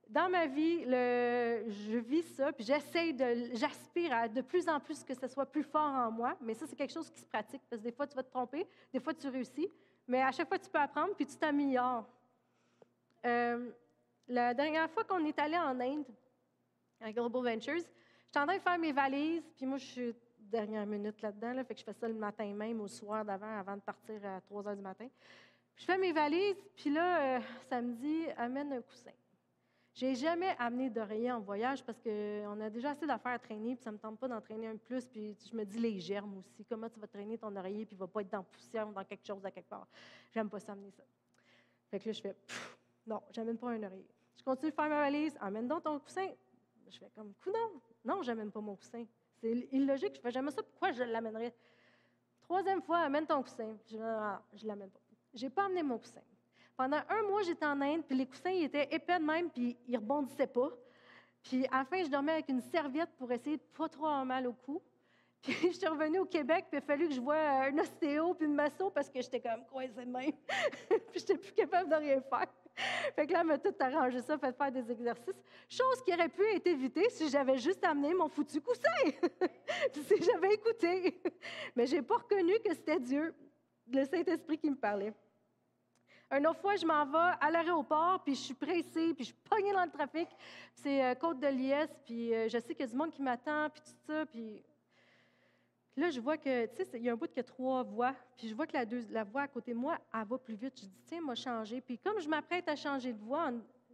[SPEAKER 2] Dans ma vie, le, je vis ça, puis j'essaie de, j'aspire à de plus en plus que ce soit plus fort en moi, mais ça, c'est quelque chose qui se pratique, parce que des fois, tu vas te tromper, des fois, tu réussis, mais à chaque fois, tu peux apprendre, puis tu t'améliores. Euh, la dernière fois qu'on est allé en Inde, à Global Ventures, j'étais en train de faire mes valises, puis moi, je suis dernière minute là-dedans, là, fait que je fais ça le matin même, au soir d'avant, avant de partir à trois heures du matin. Je fais mes valises, puis là, euh, ça me dit « amène un coussin ». Je n'ai jamais amené d'oreiller en voyage parce qu'on a déjà assez d'affaires à traîner, puis ça ne me tente pas d'en traîner un de plus, puis je me dis les germes aussi. Comment tu vas traîner ton oreiller, puis il ne va pas être dans la poussière ou dans quelque chose à quelque part. J'aime pas ça amener ça. Fait que là, je fais pff, non, j'amène pas un oreiller. Je continue de faire ma valise, amène donc ton coussin. Je fais comme coudonc. Non, j'amène pas mon coussin. C'est illogique, je fais jamais ça, pourquoi je l'amènerais? Troisième fois, amène ton coussin. Je ne l'amène pas. Je n'ai pas amené mon coussin. Pendant un mois, j'étais en Inde, puis les coussins ils étaient épais de même, puis ils ne rebondissaient pas. Puis à la fin, je dormais avec une serviette pour essayer de ne pas trop avoir mal au cou. Puis je suis revenue au Québec, puis il a fallu que je voie un ostéo puis une masso parce que j'étais comme coincée de même. Puis je n'étais plus capable de rien faire. Fait que là, elle m'a tout arrangé ça, fait faire des exercices. Chose qui aurait pu être évitée si j'avais juste amené mon foutu coussin. Puis si j'avais écouté. Mais je n'ai pas reconnu que c'était Dieu, le Saint-Esprit qui me parlait. Une autre fois, je m'en vais à l'aéroport, puis je suis pressée, puis je suis pognée dans le trafic. C'est euh, Côte de Liesse, puis euh, je sais qu'il y a du monde qui m'attend, puis tout ça, puis là, je vois que, tu sais, il y a un bout qui a trois voies, puis je vois que la, deux, la voie à côté de moi, elle va plus vite. Je dis, tiens, moi, changer. Puis comme je m'apprête à changer de voie,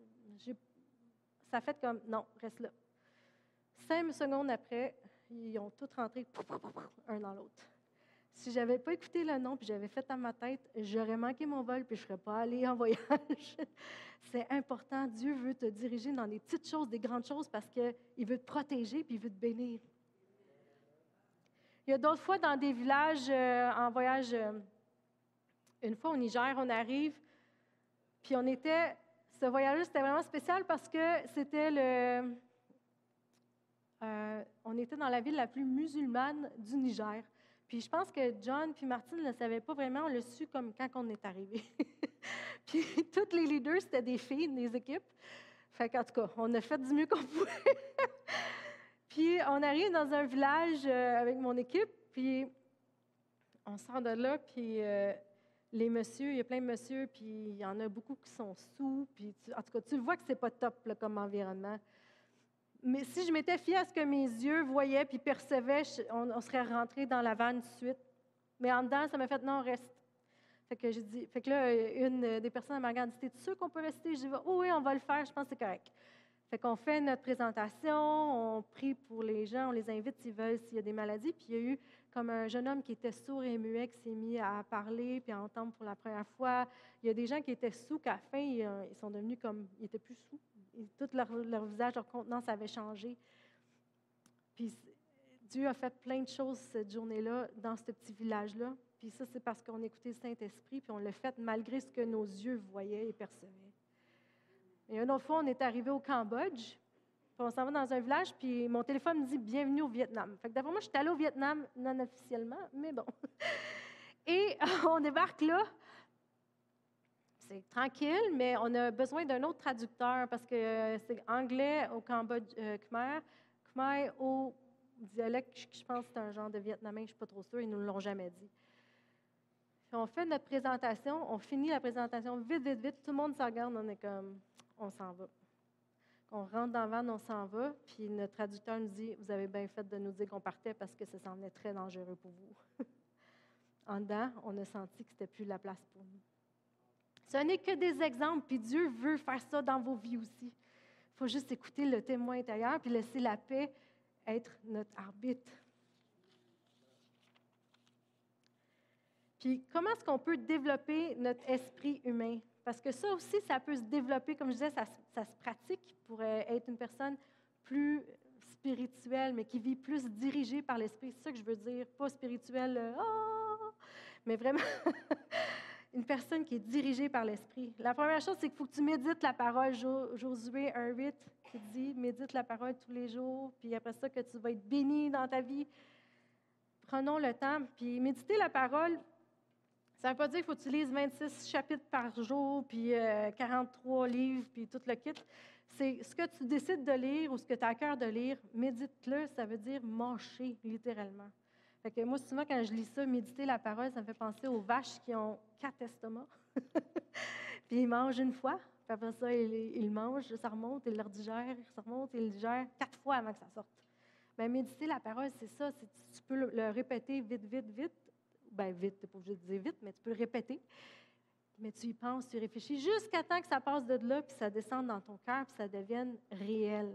[SPEAKER 2] ça fait comme, non, reste là. Cinq secondes après, ils ont tous rentré, un dans l'autre. Si je n'avais pas écouté le nom puis j'avais fait dans ma tête, j'aurais manqué mon vol puis je ne serais pas allée en voyage. C'est important. Dieu veut te diriger dans des petites choses, des grandes choses parce qu'il veut te protéger puis il veut te bénir. Il y a d'autres fois dans des villages euh, en voyage. Euh, une fois au Niger, on arrive puis on était. Ce voyage-là, c'était vraiment spécial parce que c'était le. Euh, on était dans la ville la plus musulmane du Niger. Puis je pense que John puis Martine ne le savaient pas vraiment, on l'a su comme quand on est arrivé. Puis toutes les leaders, c'était des filles, des équipes. Fait qu'en tout cas, on a fait du mieux qu'on pouvait. Puis on arrive dans un village euh, avec mon équipe, puis on sort de là, puis euh, les messieurs, il y a plein de messieurs, puis il y en a beaucoup qui sont sous, puis tu, en tout cas, tu le vois que c'est pas top là, comme environnement. Mais si je m'étais fiée à ce que mes yeux voyaient puis percevaient, on, on serait rentré dans la vanne tout de suite. Mais en dedans, ça m'a fait « non, reste ». Fait que j'ai dit, fait que là, une des personnes m'a regardé, t'es sûr qu'on peut rester? Je dis « oh oui, on va le faire, je pense que c'est correct ». Fait qu'on fait notre présentation, on prie pour les gens, on les invite s'ils veulent, s'il y a des maladies. Puis il y a eu comme un jeune homme qui était sourd et muet qui s'est mis à parler puis à entendre pour la première fois. Il y a des gens qui étaient sous, qu'à la fin, ils, ils sont devenus comme, ils étaient plus sous. Et tout leur, leur visage, leur contenance avait changé. Puis Dieu a fait plein de choses cette journée-là dans ce petit village-là. Puis ça, c'est parce qu'on écoutait le Saint-Esprit, puis on l'a fait malgré ce que nos yeux voyaient et percevaient. Et une autre fois, on est arrivé au Cambodge, puis on s'en va dans un village, puis mon téléphone me dit « Bienvenue au Vietnam ». Fait que d'après moi, je suis allée au Vietnam, non officiellement, mais bon. Et on débarque là. C'est tranquille, mais on a besoin d'un autre traducteur parce que c'est anglais au Cambodge, euh, khmer, khmer au dialecte, je pense que c'est un genre de vietnamien, je ne suis pas trop sûre, ils ne nous l'ont jamais dit. Puis on fait notre présentation, on finit la présentation vite, vite, vite, tout le monde se regarde, on est comme, on s'en va. On rentre dans la vanne, on s'en va, puis notre traducteur nous dit, vous avez bien fait de nous dire qu'on partait parce que ça s'en est très dangereux pour vous. En dedans, on a senti que ce n'était plus la place pour nous. Ce n'est que des exemples, puis Dieu veut faire ça dans vos vies aussi. Il faut juste écouter le témoin intérieur, puis laisser la paix être notre arbitre. Puis comment est-ce qu'on peut développer notre esprit humain? Parce que ça aussi, ça peut se développer, comme je disais, ça, ça se pratique pour être une personne plus spirituelle, mais qui vit plus dirigée par l'esprit. C'est ça que je veux dire, pas spirituelle, euh, oh! Mais vraiment... une personne qui est dirigée par l'Esprit. La première chose, c'est qu'il faut que tu médites la parole. Josué un huit qui dit « Médite la parole tous les jours, puis après ça, que tu vas être béni dans ta vie. » Prenons le temps. Puis méditer la parole, ça ne veut pas dire qu'il faut que tu lises vingt-six chapitres par jour, puis euh, quarante-trois livres, puis tout le kit. C'est ce que tu décides de lire ou ce que tu as à cœur de lire, médite-le, ça veut dire mâcher, littéralement. Fait que moi, souvent, quand je lis ça, méditer la parole, ça me fait penser aux vaches qui ont quatre estomacs. Puis ils mangent une fois, puis après ça, ils, ils mangent, ça remonte, ils le digèrent, ça remonte, ils le digèrent quatre fois avant que ça sorte. Bien, méditer la parole, c'est ça. C'est, tu peux le, le répéter vite, vite, vite. Bien, vite, tu n'es pas obligé de dire vite, mais tu peux le répéter. Mais tu y penses, tu y réfléchis, jusqu'à temps que ça passe de là, puis ça descende dans ton cœur, puis ça devienne réel.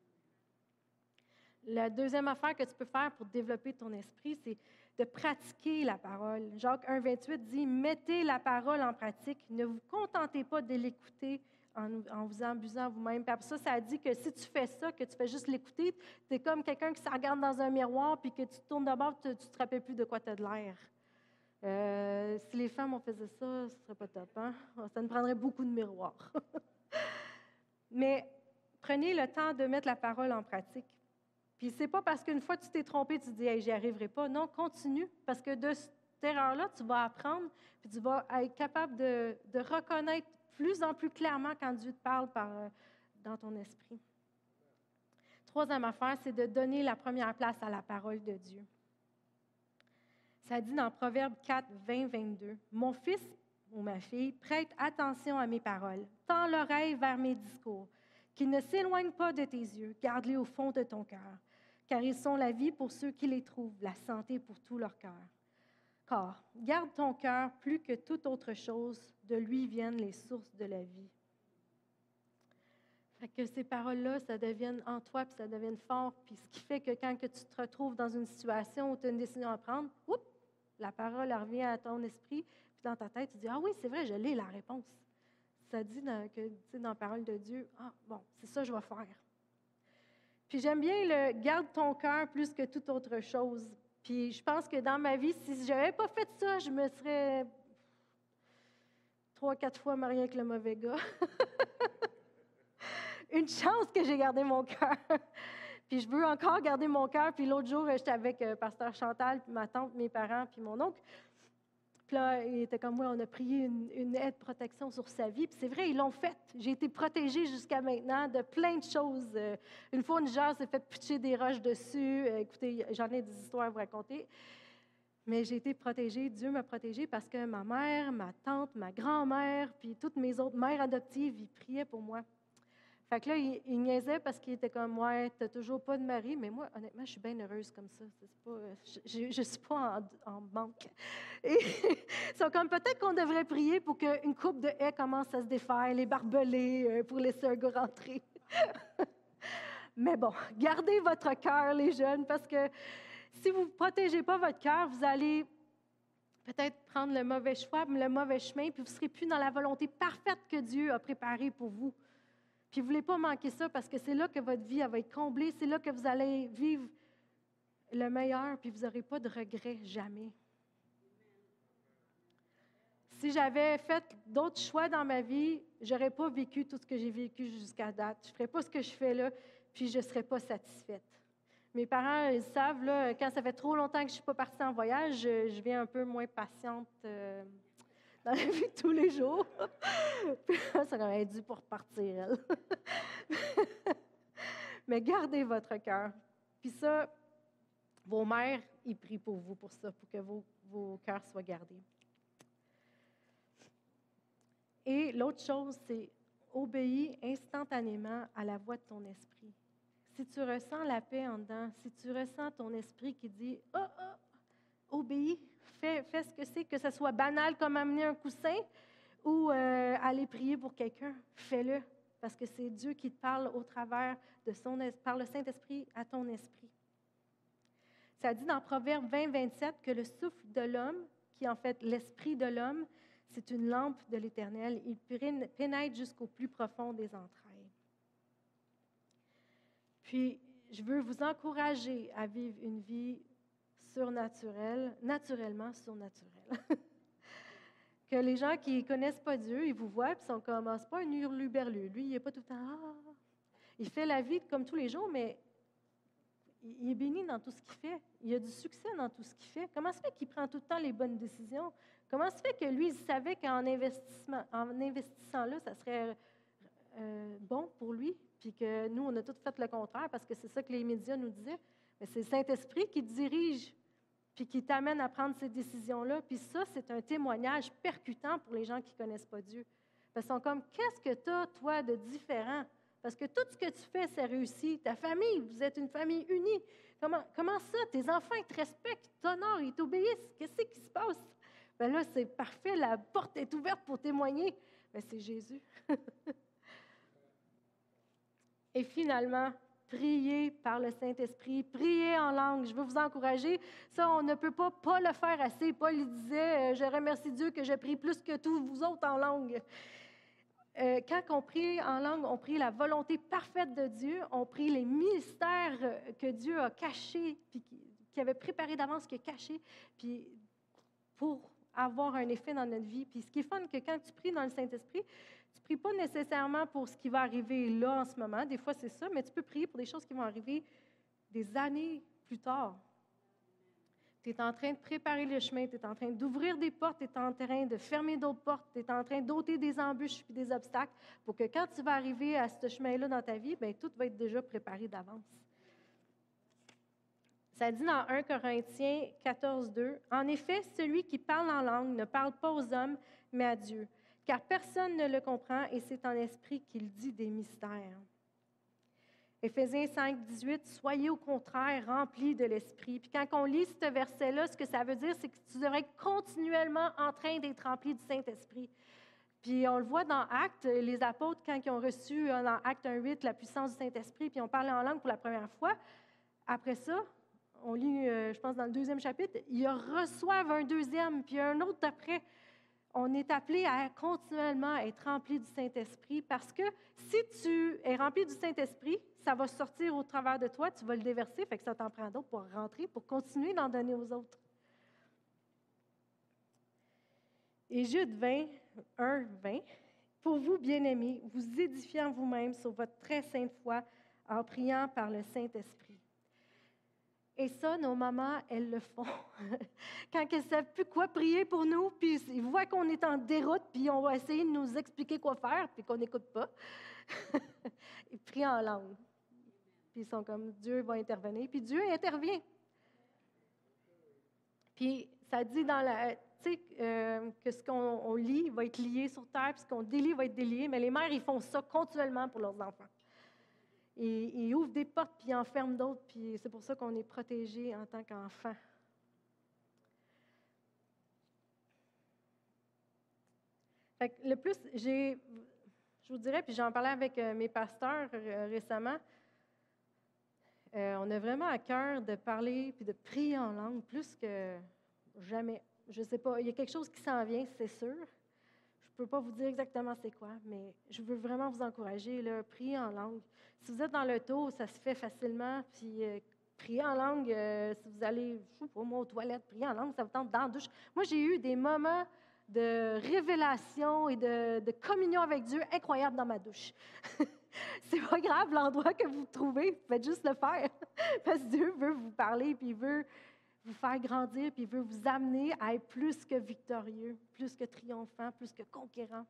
[SPEAKER 2] La deuxième affaire que tu peux faire pour développer ton esprit, c'est de pratiquer la parole. Jacques un, vingt-huit dit « Mettez la parole en pratique, ne vous contentez pas de l'écouter en, en vous abusant vous-même. » Puis après ça, ça dit que si tu fais ça, que tu fais juste l'écouter, tu es comme quelqu'un qui se regarde dans un miroir, puis que tu te tournes de bord, tu ne te rappelles plus de quoi tu as de l'air. Euh, si les femmes, on faisait ça, ce ne serait pas top, hein? Ça nous prendrait beaucoup de miroirs. Mais prenez le temps de mettre la parole en pratique. Puis c'est pas parce qu'une fois tu t'es trompé, tu te dis hey, « j'y arriverai pas ». Non, continue, parce que de cette erreur-là, tu vas apprendre, puis tu vas être capable de, de reconnaître plus en plus clairement quand Dieu te parle par, dans ton esprit. Troisième affaire, c'est de donner la première place à la parole de Dieu. Ça dit dans Proverbe quatre, vingt, vingt-deux, « Mon fils ou ma fille, prête attention à mes paroles, tends l'oreille vers mes discours, qu'ils ne s'éloignent pas de tes yeux, garde-les au fond de ton cœur, car ils sont la vie pour ceux qui les trouvent, la santé pour tout leur cœur. Car garde ton cœur plus que toute autre chose, de lui viennent les sources de la vie. » Fait que ces paroles-là, ça devienne en toi, puis ça devienne fort, puis ce qui fait que quand que tu te retrouves dans une situation où tu as une décision à prendre, oups, la parole elle revient à ton esprit, puis dans ta tête, tu dis « Ah oui, c'est vrai, je l'ai la réponse. » Ça dit dans, que, tu sais, dans la parole de Dieu, « Ah, bon, c'est ça que je vais faire. » Puis j'aime bien le « garde ton cœur plus que toute autre chose ». Puis je pense que dans ma vie, si je n'avais pas fait ça, je me serais trois, quatre fois mariée avec le mauvais gars. Une chance que j'ai gardé mon cœur. Puis je veux encore garder mon cœur. Puis l'autre jour, j'étais avec euh, Pasteur Chantal, puis ma tante, mes parents, puis mon oncle. Puis là, il était comme moi, on a prié une, une aide protection sur sa vie. Puis c'est vrai, ils l'ont fait. J'ai été protégée jusqu'à maintenant de plein de choses. Euh, une fois, une genre s'est fait pitcher des roches dessus. Euh, écoutez, j'en ai des histoires à vous raconter. Mais j'ai été protégée, Dieu m'a protégée parce que ma mère, ma tante, ma grand-mère, puis toutes mes autres mères adoptives, ils priaient pour moi. Fait que là, il, il niaisait parce qu'il était comme, ouais, t'as toujours pas de mari, mais moi, honnêtement, je suis bien heureuse comme ça. C'est pas, je ne suis pas en, en manque. Et ils sont comme, peut-être qu'on devrait prier pour qu'une coupe de haies commence à se défaire, les barbelés, euh, pour laisser un gars rentrer. Mais bon, gardez votre cœur, les jeunes, parce que si vous ne protégez pas votre cœur, vous allez peut-être prendre le mauvais choix, le mauvais chemin, puis vous ne serez plus dans la volonté parfaite que Dieu a préparée pour vous. Puis vous ne voulez pas manquer ça parce que c'est là que votre vie elle va être comblée, c'est là que vous allez vivre le meilleur, puis vous n'aurez pas de regrets jamais. Si j'avais fait d'autres choix dans ma vie, je n'aurais pas vécu tout ce que j'ai vécu jusqu'à date. Je ne ferais pas ce que je fais là, puis je ne serais pas satisfaite. Mes parents, ils savent, là, quand ça fait trop longtemps que je ne suis pas partie en voyage, je, je viens un peu moins patiente euh, dans la vie de tous les jours. Ça aurait dû pour repartir, elle. Mais gardez votre cœur. Puis ça, vos mères, ils prient pour vous pour ça, pour que vos, vos cœurs soient gardés. Et l'autre chose, c'est obéir instantanément à la voix de ton esprit. Si tu ressens la paix en dedans, si tu ressens ton esprit qui dit « Ah, ah, obéis, fais, fais ce que c'est, que ce soit banal comme amener un coussin ou euh, aller prier pour quelqu'un, fais-le. » Parce que c'est Dieu qui te parle au travers de son, par le Saint-Esprit à ton esprit. Ça dit dans Proverbe vingt, vingt-sept que le souffle de l'homme, qui est en fait l'esprit de l'homme, c'est une lampe de l'Éternel. Il pénètre jusqu'au plus profond des entrailles. Puis, je veux vous encourager à vivre une vie surnaturelle, naturellement surnaturelle. Que les gens qui ne connaissent pas Dieu, ils vous voient et sont comme, ah, c'est pas un hurluberlu. Lui, il n'est pas tout le temps, ah. Il fait la vie comme tous les jours, mais il est béni dans tout ce qu'il fait. Il a du succès dans tout ce qu'il fait. Comment se fait qu'il prend tout le temps les bonnes décisions? Comment se fait que lui, il savait qu'en investissement, en investissant là, ça serait euh, bon pour lui, puis que nous, on a tout fait le contraire, parce que c'est ça que les médias nous disaient. Mais c'est le Saint-Esprit qui te dirige, puis qui t'amène à prendre ces décisions-là. Puis ça, c'est un témoignage percutant pour les gens qui ne connaissent pas Dieu. Parce qu'ils sont comme, qu'est-ce que tu as, toi, de différent? Parce que tout ce que tu fais, c'est réussi. Ta famille, vous êtes une famille unie. Comment, comment ça? Tes enfants, ils te respectent, ils t'honorent, ils t'obéissent. Qu'est-ce qui se passe? Bien là, c'est parfait, la porte est ouverte pour témoigner. Bien, c'est Jésus. Et finalement, priez par le Saint-Esprit, priez en langue. Je veux vous encourager. Ça, on ne peut pas, pas le faire assez. Paul il disait, euh, je remercie Dieu que je prie plus que tous vous autres en langue. Euh, quand on prie en langue, on prie la volonté parfaite de Dieu, on prie les mystères que Dieu a cachés, puis qui avait préparé d'avance, qui a caché, puis pour avoir un effet dans notre vie. Puis ce qui est fun, que quand tu pries dans le Saint-Esprit, tu ne pries pas nécessairement pour ce qui va arriver là en ce moment, des fois c'est ça, mais tu peux prier pour des choses qui vont arriver des années plus tard. Tu es en train de préparer le chemin, tu es en train d'ouvrir des portes, tu es en train de fermer d'autres portes, tu es en train d'ôter des embûches et des obstacles pour que quand tu vas arriver à ce chemin-là dans ta vie, bien, tout va être déjà préparé d'avance. Ça dit dans un Corinthiens quatorze, deux, « En effet, celui qui parle en langue ne parle pas aux hommes, mais à Dieu, car personne ne le comprend et c'est en esprit qu'il dit des mystères. » Éphésiens cinq, dix-huit, « Soyez au contraire remplis de l'Esprit. » Puis quand on lit ce verset-là, ce que ça veut dire, c'est que tu devrais être continuellement en train d'être rempli du Saint-Esprit. Puis on le voit dans Actes, les apôtres, quand ils ont reçu dans Actes un huit la puissance du Saint-Esprit, puis ils ont parlé en langue pour la première fois, après ça, on lit, euh, je pense, dans le deuxième chapitre, ils reçoivent un deuxième, puis un autre après. On est appelé à continuellement être rempli du Saint-Esprit parce que si tu es rempli du Saint-Esprit, ça va sortir au travers de toi, tu vas le déverser, fait que ça t'en prend d'autres pour rentrer, pour continuer d'en donner aux autres. Et Jude vingt, un, vingt, « Pour vous, bien-aimés, vous édifiant vous-même sur votre très sainte foi en priant par le Saint-Esprit. » Et ça, nos mamans, elles le font. Quand elles ne savent plus quoi prier pour nous, puis ils voient qu'on est en déroute, puis on va essayer de nous expliquer quoi faire, puis qu'on n'écoute pas. Ils prient en langue. Puis ils sont comme, Dieu va intervenir, puis Dieu intervient. Puis ça dit dans la... Tu sais, euh, que ce qu'on on lit va être lié sur terre, puis ce qu'on délie va être délié, mais les mères, ils font ça continuellement pour leurs enfants. Et ils ouvrent des portes, puis ils en ferment d'autres, puis c'est pour ça qu'on est protégé en tant qu'enfant. Fait que le plus, j'ai, je vous dirais, puis j'en parlais avec mes pasteurs euh, récemment, euh, on a vraiment à cœur de parler puis de prier en langue plus que jamais. Je ne sais pas, il y a quelque chose qui s'en vient, c'est sûr. Je ne peux pas vous dire exactement c'est quoi, mais je veux vraiment vous encourager, là, prier en langue. Si vous êtes dans l'auto, ça se fait facilement, puis euh, prier en langue, euh, si vous allez, je sais pas moi, aux toilettes, prier en langue, ça vous tente dans la douche. Moi, j'ai eu des moments de révélation et de, de communion avec Dieu incroyables dans ma douche. C'est pas grave l'endroit que vous trouvez, faites juste le faire, parce que Dieu veut vous parler, puis il veut vous faire grandir, puis il veut vous amener à être plus que victorieux, plus que triomphant, plus que conquérant.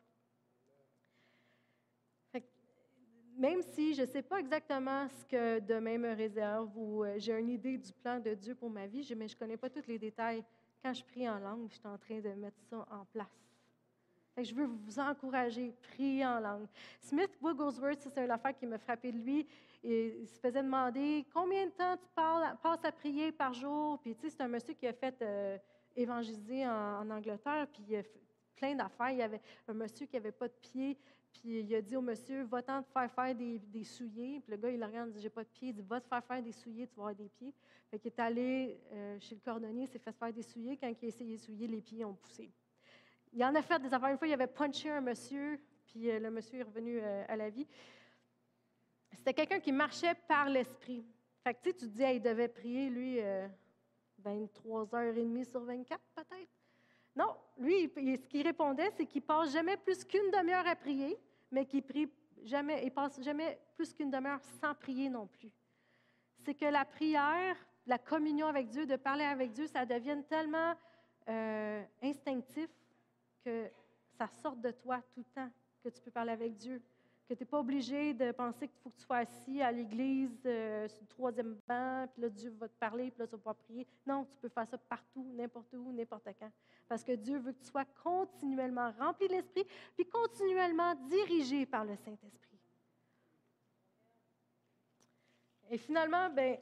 [SPEAKER 2] Fait que, même si je ne sais pas exactement ce que demain me réserve ou euh, j'ai une idée du plan de Dieu pour ma vie, je, mais je ne connais pas tous les détails. Quand je prie en langue, je suis en train de mettre ça en place. Fait que je veux vous encourager, prier en langue. Smith Wigglesworth, c'est une affaire qui m'a frappé de lui. Et il se faisait demander combien de temps tu parles, passes à prier par jour. Puis, tu sais, c'est un monsieur qui a fait euh, évangéliser en, en Angleterre. Puis, il a fait plein d'affaires. Il y avait un monsieur qui n'avait pas de pied. Puis, il a dit au monsieur, va-t'en te faire faire des, des souliers. Puis, le gars, il le regarde, il dit, j'ai pas de pied. Il dit, va te faire faire des souliers, tu vas avoir des pieds. Fait qu'il est allé euh, chez le cordonnier, il s'est fait faire des souliers. Quand il a essayé de souiller, les pieds ont poussé. Il en a fait des affaires. Une fois, il avait punché un monsieur, puis euh, le monsieur est revenu euh, à la vie. C'était quelqu'un qui marchait par l'esprit. Fait que tu sais, tu te dis, hey, il devait prier, lui, euh, vingt-trois heures trente sur vingt-quatre, peut-être. Non, lui, il, ce qu'il répondait, c'est qu'il passe jamais plus qu'une demi-heure à prier, mais qu'il prie jamais, il passe jamais plus qu'une demi-heure sans prier non plus. C'est que la prière, la communion avec Dieu, de parler avec Dieu, ça devienne tellement euh, instinctif que ça sorte de toi tout le temps, que tu peux parler avec Dieu. que tu n'es pas obligé de penser qu'il faut que tu sois assis à l'église euh, sur le troisième banc, puis là, Dieu va te parler, puis là, tu vas pouvoir prier. Non, tu peux faire ça partout, n'importe où, n'importe quand. Parce que Dieu veut que tu sois continuellement rempli de l'Esprit, puis continuellement dirigé par le Saint-Esprit. Et finalement, ben,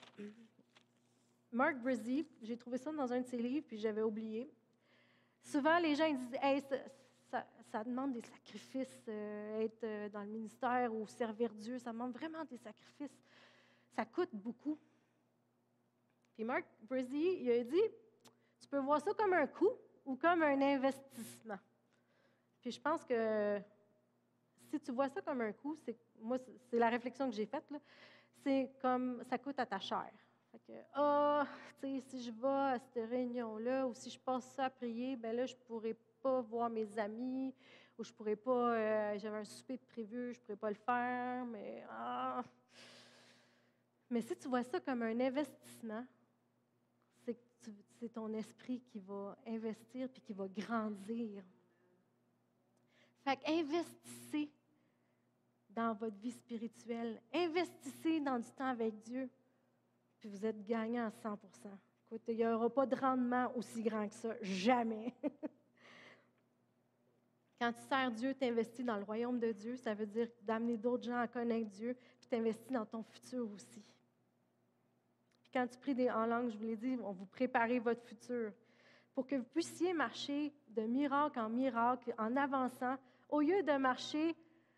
[SPEAKER 2] Mark Brizzy, j'ai trouvé ça dans un de ses livres, puis j'avais oublié. Souvent, les gens ils disent hey, ça, ça, ça demande des sacrifices, euh, être euh, dans le ministère ou servir Dieu, ça demande vraiment des sacrifices. Ça coûte beaucoup. Puis Mark Brizzy, il a dit tu peux voir ça comme un coût ou comme un investissement. Puis je pense que si tu vois ça comme un coût, c'est, moi, c'est la réflexion que j'ai faite, là, c'est comme ça coûte à ta chair. Fait que, ah, tu sais, si je vais à cette réunion-là ou si je passe ça à prier, bien là, je ne pourrais pas voir mes amis ou je ne pourrais pas, euh, j'avais un souper de prévu, je ne pourrais pas le faire, mais ah. Mais si tu vois ça comme un investissement, c'est, que tu, c'est ton esprit qui va investir puis qui va grandir. Fait qu'investissez dans votre vie spirituelle. Investissez dans du temps avec Dieu. Puis vous êtes gagnant à cent pour cent. Écoute, il n'y aura pas de rendement aussi grand que ça. Jamais. Quand tu sers Dieu, tu investis dans le royaume de Dieu. Ça veut dire d'amener d'autres gens à connaître Dieu. Puis tu investis dans ton futur aussi. Puis quand tu pries en langue, je vous l'ai dit, on vous préparez votre futur. Pour que vous puissiez marcher de miracle en miracle, en avançant, au lieu de marcher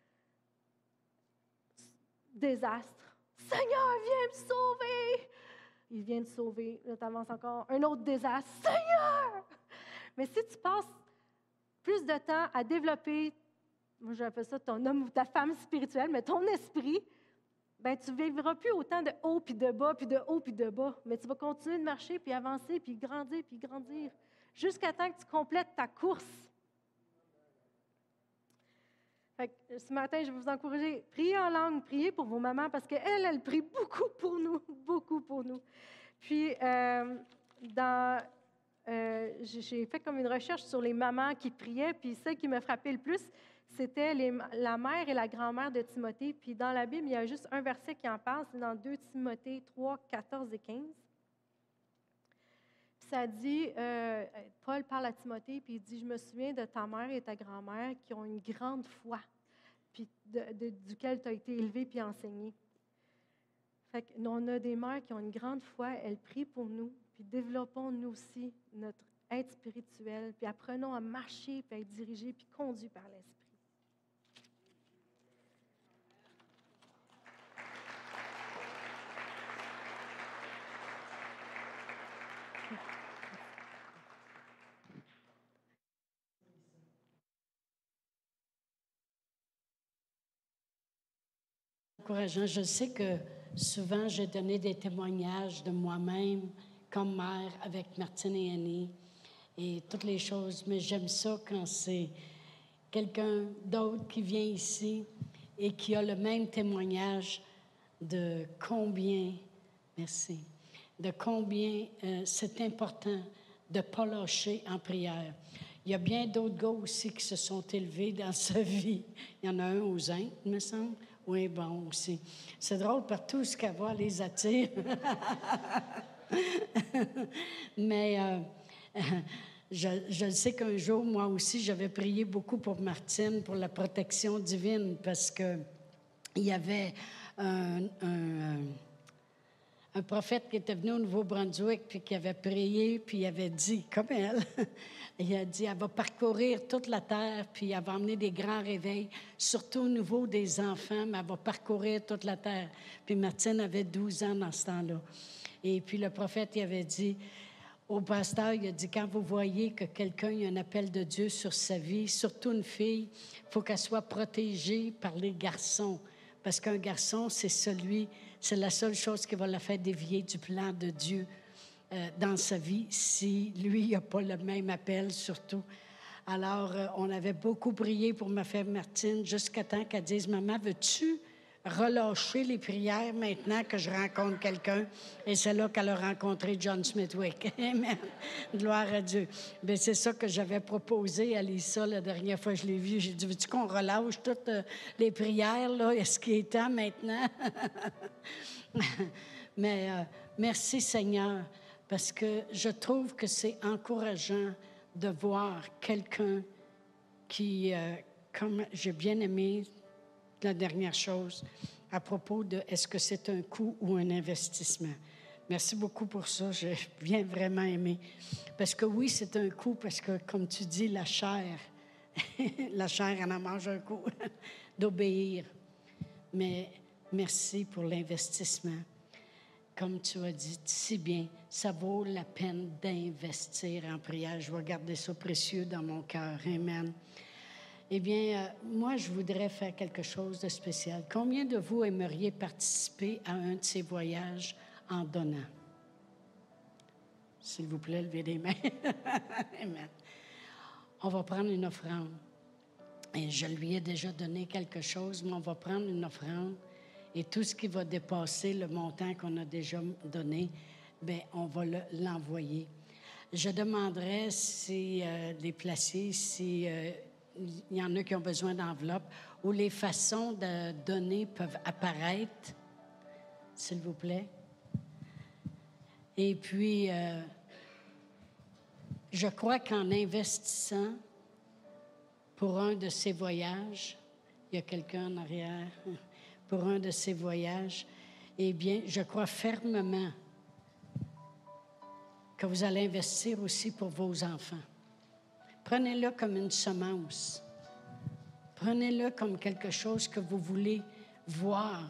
[SPEAKER 2] désastre. Seigneur, viens me sauver! Il vient te sauver. Là, tu avances encore. Un autre désastre. Seigneur! Mais si tu passes plus de temps à développer, moi j'appelle ça ton homme ou ta femme spirituelle, mais ton esprit, ben tu ne vivras plus autant de haut puis de bas, puis de haut puis de bas. Mais tu vas continuer de marcher, puis avancer, puis grandir, puis grandir, jusqu'à temps que tu complètes ta course. Fait que, ce matin, je vais vous encourager, priez en langue, priez pour vos mamans, parce qu'elles, elles prient beaucoup pour nous, beaucoup pour nous. Puis, euh, dans, euh, j'ai fait comme une recherche sur les mamans qui priaient, puis celle qui m'a frappé le plus, c'était les, la mère et la grand-mère de Timothée. Puis dans la Bible, il y a juste un verset qui en parle, c'est dans deux Timothée trois, quatorze et quinze. Puis ça dit, euh, Paul parle à Timothée, puis il dit, « Je me souviens de ta mère et ta grand-mère qui ont une grande foi, puis de, de, duquel tu as été élevé puis enseigné. » Fait que, on a des mères qui ont une grande foi, elles prient pour nous, puis développons nous aussi notre être spirituel, puis apprenons à marcher, puis à être dirigés, puis conduits par l'Esprit.
[SPEAKER 1] Encourageant. Je sais que souvent, j'ai donné des témoignages de moi-même comme mère avec Martine et Annie et toutes les choses, mais j'aime ça quand c'est quelqu'un d'autre qui vient ici et qui a le même témoignage de combien, merci, de combien euh, c'est important de ne pas lâcher en prière. Il y a bien d'autres gars aussi qui se sont élevés dans sa vie. Il y en a un aux Indes, il me semble. Oui, bon aussi. C'est drôle, partout où ce qu'elle va, les attire. Mais euh, je, je sais qu'un jour, moi aussi, j'avais prié beaucoup pour Martine, pour la protection divine, parce que il y avait un, un, un prophète qui était venu au Nouveau-Brunswick, puis qui avait prié, puis il avait dit, comme elle, il a dit, elle va parcourir toute la terre, puis elle va emmener des grands réveils, surtout au niveau des enfants, mais elle va parcourir toute la terre. Puis Martine avait douze ans dans ce temps-là. Et puis le prophète, il avait dit au pasteur, il a dit, quand vous voyez que quelqu'un, il y a un appel de Dieu sur sa vie, surtout une fille, il faut qu'elle soit protégée par les garçons. Parce qu'un garçon, c'est celui, c'est la seule chose qui va la faire dévier du plan de Dieu euh, dans sa vie, si lui n'a pas le même appel, surtout. Alors, euh, on avait beaucoup prié pour ma fille Martine, jusqu'à temps qu'elle dise, « Maman, veux-tu relâcher les prières maintenant que je rencontre quelqu'un. Et c'est là qu'elle a rencontré John Smithwick. Amen. Gloire à Dieu. Bien, c'est ça que j'avais proposé à Lisa la dernière fois que je l'ai vue. J'ai dit, veux-tu qu'on relâche toutes euh, les prières, là? Est-ce qu'il est temps maintenant? Mais euh, merci Seigneur, parce que je trouve que c'est encourageant de voir quelqu'un qui, euh, comme j'ai bien aimé la dernière chose, à propos de est-ce que c'est un coût ou un investissement. Merci beaucoup pour ça, j'ai bien vraiment aimé. Parce que oui, c'est un coût, parce que comme tu dis, la chair, la chair, elle en mange un coup, d'obéir. Mais merci pour l'investissement. Comme tu as dit si bien, ça vaut la peine d'investir en prière. Je vais garder ça précieux dans mon cœur. Amen. Eh bien, euh, moi, je voudrais faire quelque chose de spécial. Combien de vous aimeriez participer à un de ces voyages en donnant? S'il vous plaît, levez les mains. Amen. On va prendre une offrande. Et je lui ai déjà donné quelque chose, mais on va prendre une offrande. Et tout ce qui va dépasser le montant qu'on a déjà donné, bien, on va le, l'envoyer. Je demanderais si euh, les placer, si euh, il y en a qui ont besoin d'enveloppes, ou les façons de donner peuvent apparaître, s'il vous plaît. Et puis, euh, je crois qu'en investissant pour un de ces voyages, il y a quelqu'un en arrière, pour un de ces voyages, eh bien, je crois fermement que vous allez investir aussi pour vos enfants. Prenez-le comme une semence. Prenez-le comme quelque chose que vous voulez voir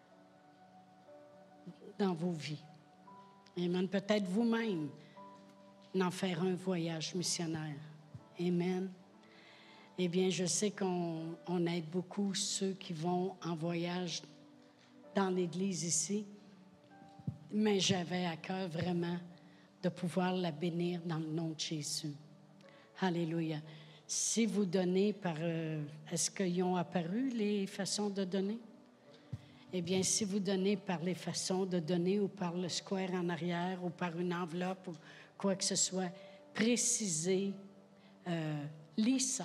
[SPEAKER 1] dans vos vies. Amen. Peut-être vous-même d'en faire un voyage missionnaire. Amen. Eh bien, je sais qu'on on aide beaucoup ceux qui vont en voyage dans l'Église ici, mais j'avais à cœur vraiment de pouvoir la bénir dans le nom de Jésus. Alléluia. Si vous donnez par... Euh, est-ce qu'ils ont apparu, les façons de donner? Eh bien, si vous donnez par les façons de donner ou par le square en arrière ou par une enveloppe ou quoi que ce soit, précisez, euh, lis ça.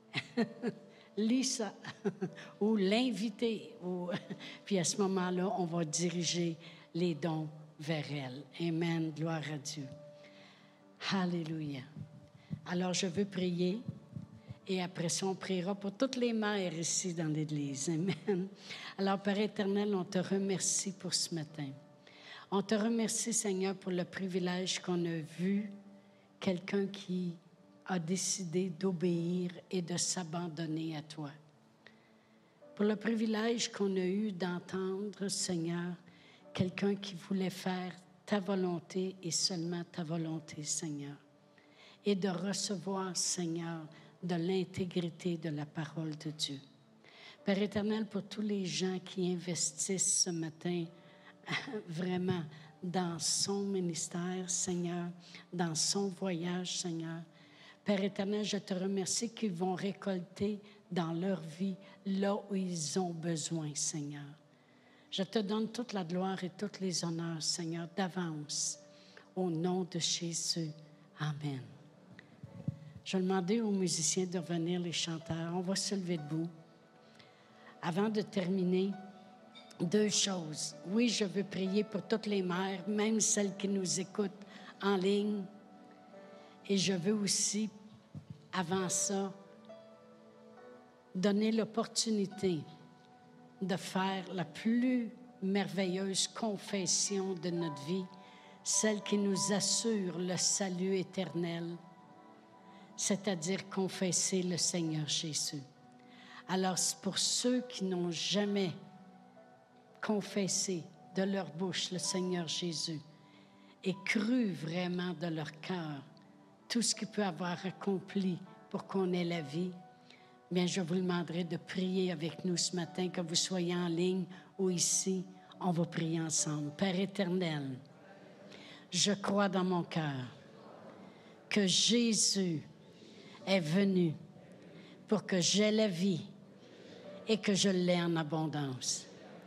[SPEAKER 1] Lis ça. Ou l'inviter. Ou... Puis à ce moment-là, on va diriger les dons vers elle. Amen. Gloire à Dieu. Alléluia. Alors, je veux prier. Et après ça, on priera pour toutes les mères ici dans l'Église. Amen. Alors, Père éternel, on te remercie pour ce matin. On te remercie, Seigneur, pour le privilège qu'on a vu quelqu'un qui a décidé d'obéir et de s'abandonner à toi. Pour le privilège qu'on a eu d'entendre, Seigneur, quelqu'un qui voulait faire ta volonté et seulement ta volonté, Seigneur. Et de recevoir, Seigneur, de l'intégrité de la parole de Dieu. Père éternel, pour tous les gens qui investissent ce matin vraiment dans son ministère, Seigneur, dans son voyage, Seigneur, Père éternel, je te remercie qu'ils vont récolter dans leur vie là où ils ont besoin, Seigneur. Je te donne toute la gloire et tous les honneurs, Seigneur, d'avance, au nom de Jésus. Amen. Je vais demander aux musiciens de revenir, les chanteurs. On va se lever debout. Avant de terminer, deux choses. Oui, je veux prier pour toutes les mères, même celles qui nous écoutent en ligne. Et je veux aussi, avant ça, donner l'opportunité de faire la plus merveilleuse confession de notre vie, celle qui nous assure le salut éternel, c'est-à-dire confesser le Seigneur Jésus. Alors, pour ceux qui n'ont jamais confessé de leur bouche le Seigneur Jésus et cru vraiment de leur cœur tout ce qu'il peut avoir accompli pour qu'on ait la vie, bien, je vous demanderai de prier avec nous ce matin, que vous soyez en ligne ou ici, on va prier ensemble. Père éternel, je crois dans mon cœur que Jésus est venu pour que j'aie la vie et que je l'ai en abondance.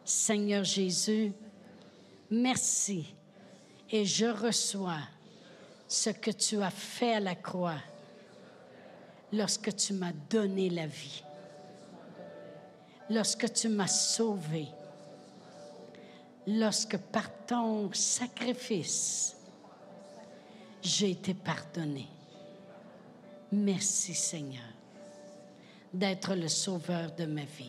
[SPEAKER 1] Seigneur Jésus, merci et je reçois ce que tu as fait à la croix lorsque tu m'as donné la vie, lorsque tu m'as sauvé, lorsque par ton sacrifice, j'ai été pardonné. Merci Seigneur d'être le sauveur de ma vie.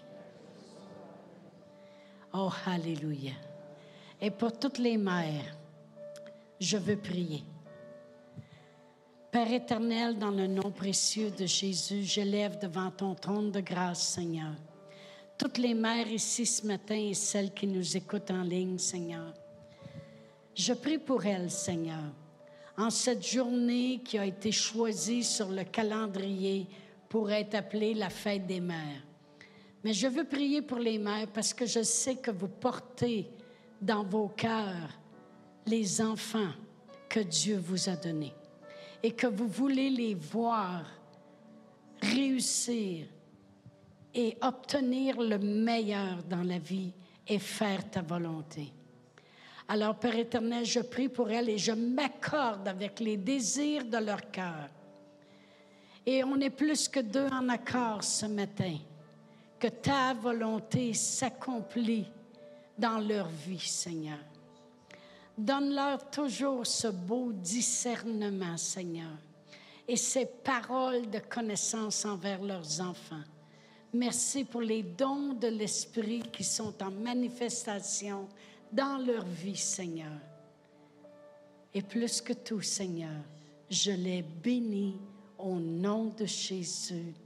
[SPEAKER 1] Oh, alléluia. Et pour toutes les mères, je veux prier. Père éternel, dans le nom précieux de Jésus, j'élève devant ton trône de grâce, Seigneur, toutes les mères ici ce matin et celles qui nous écoutent en ligne, Seigneur. Je prie pour elles, Seigneur, en cette journée qui a été choisie sur le calendrier pour être appelée la fête des mères. Mais je veux prier pour les mères parce que je sais que vous portez dans vos cœurs les enfants que Dieu vous a donnés et que vous voulez les voir réussir et obtenir le meilleur dans la vie et faire ta volonté. Alors, Père éternel, je prie pour elles et je m'accorde avec les désirs de leur cœur. Et on est plus que deux en accord ce matin. Que ta volonté s'accomplit dans leur vie, Seigneur. Donne-leur toujours ce beau discernement, Seigneur, et ces paroles de connaissance envers leurs enfants. Merci pour les dons de l'Esprit qui sont en manifestation dans leur vie, Seigneur. Et plus que tout, Seigneur, je les bénis au nom de Jésus.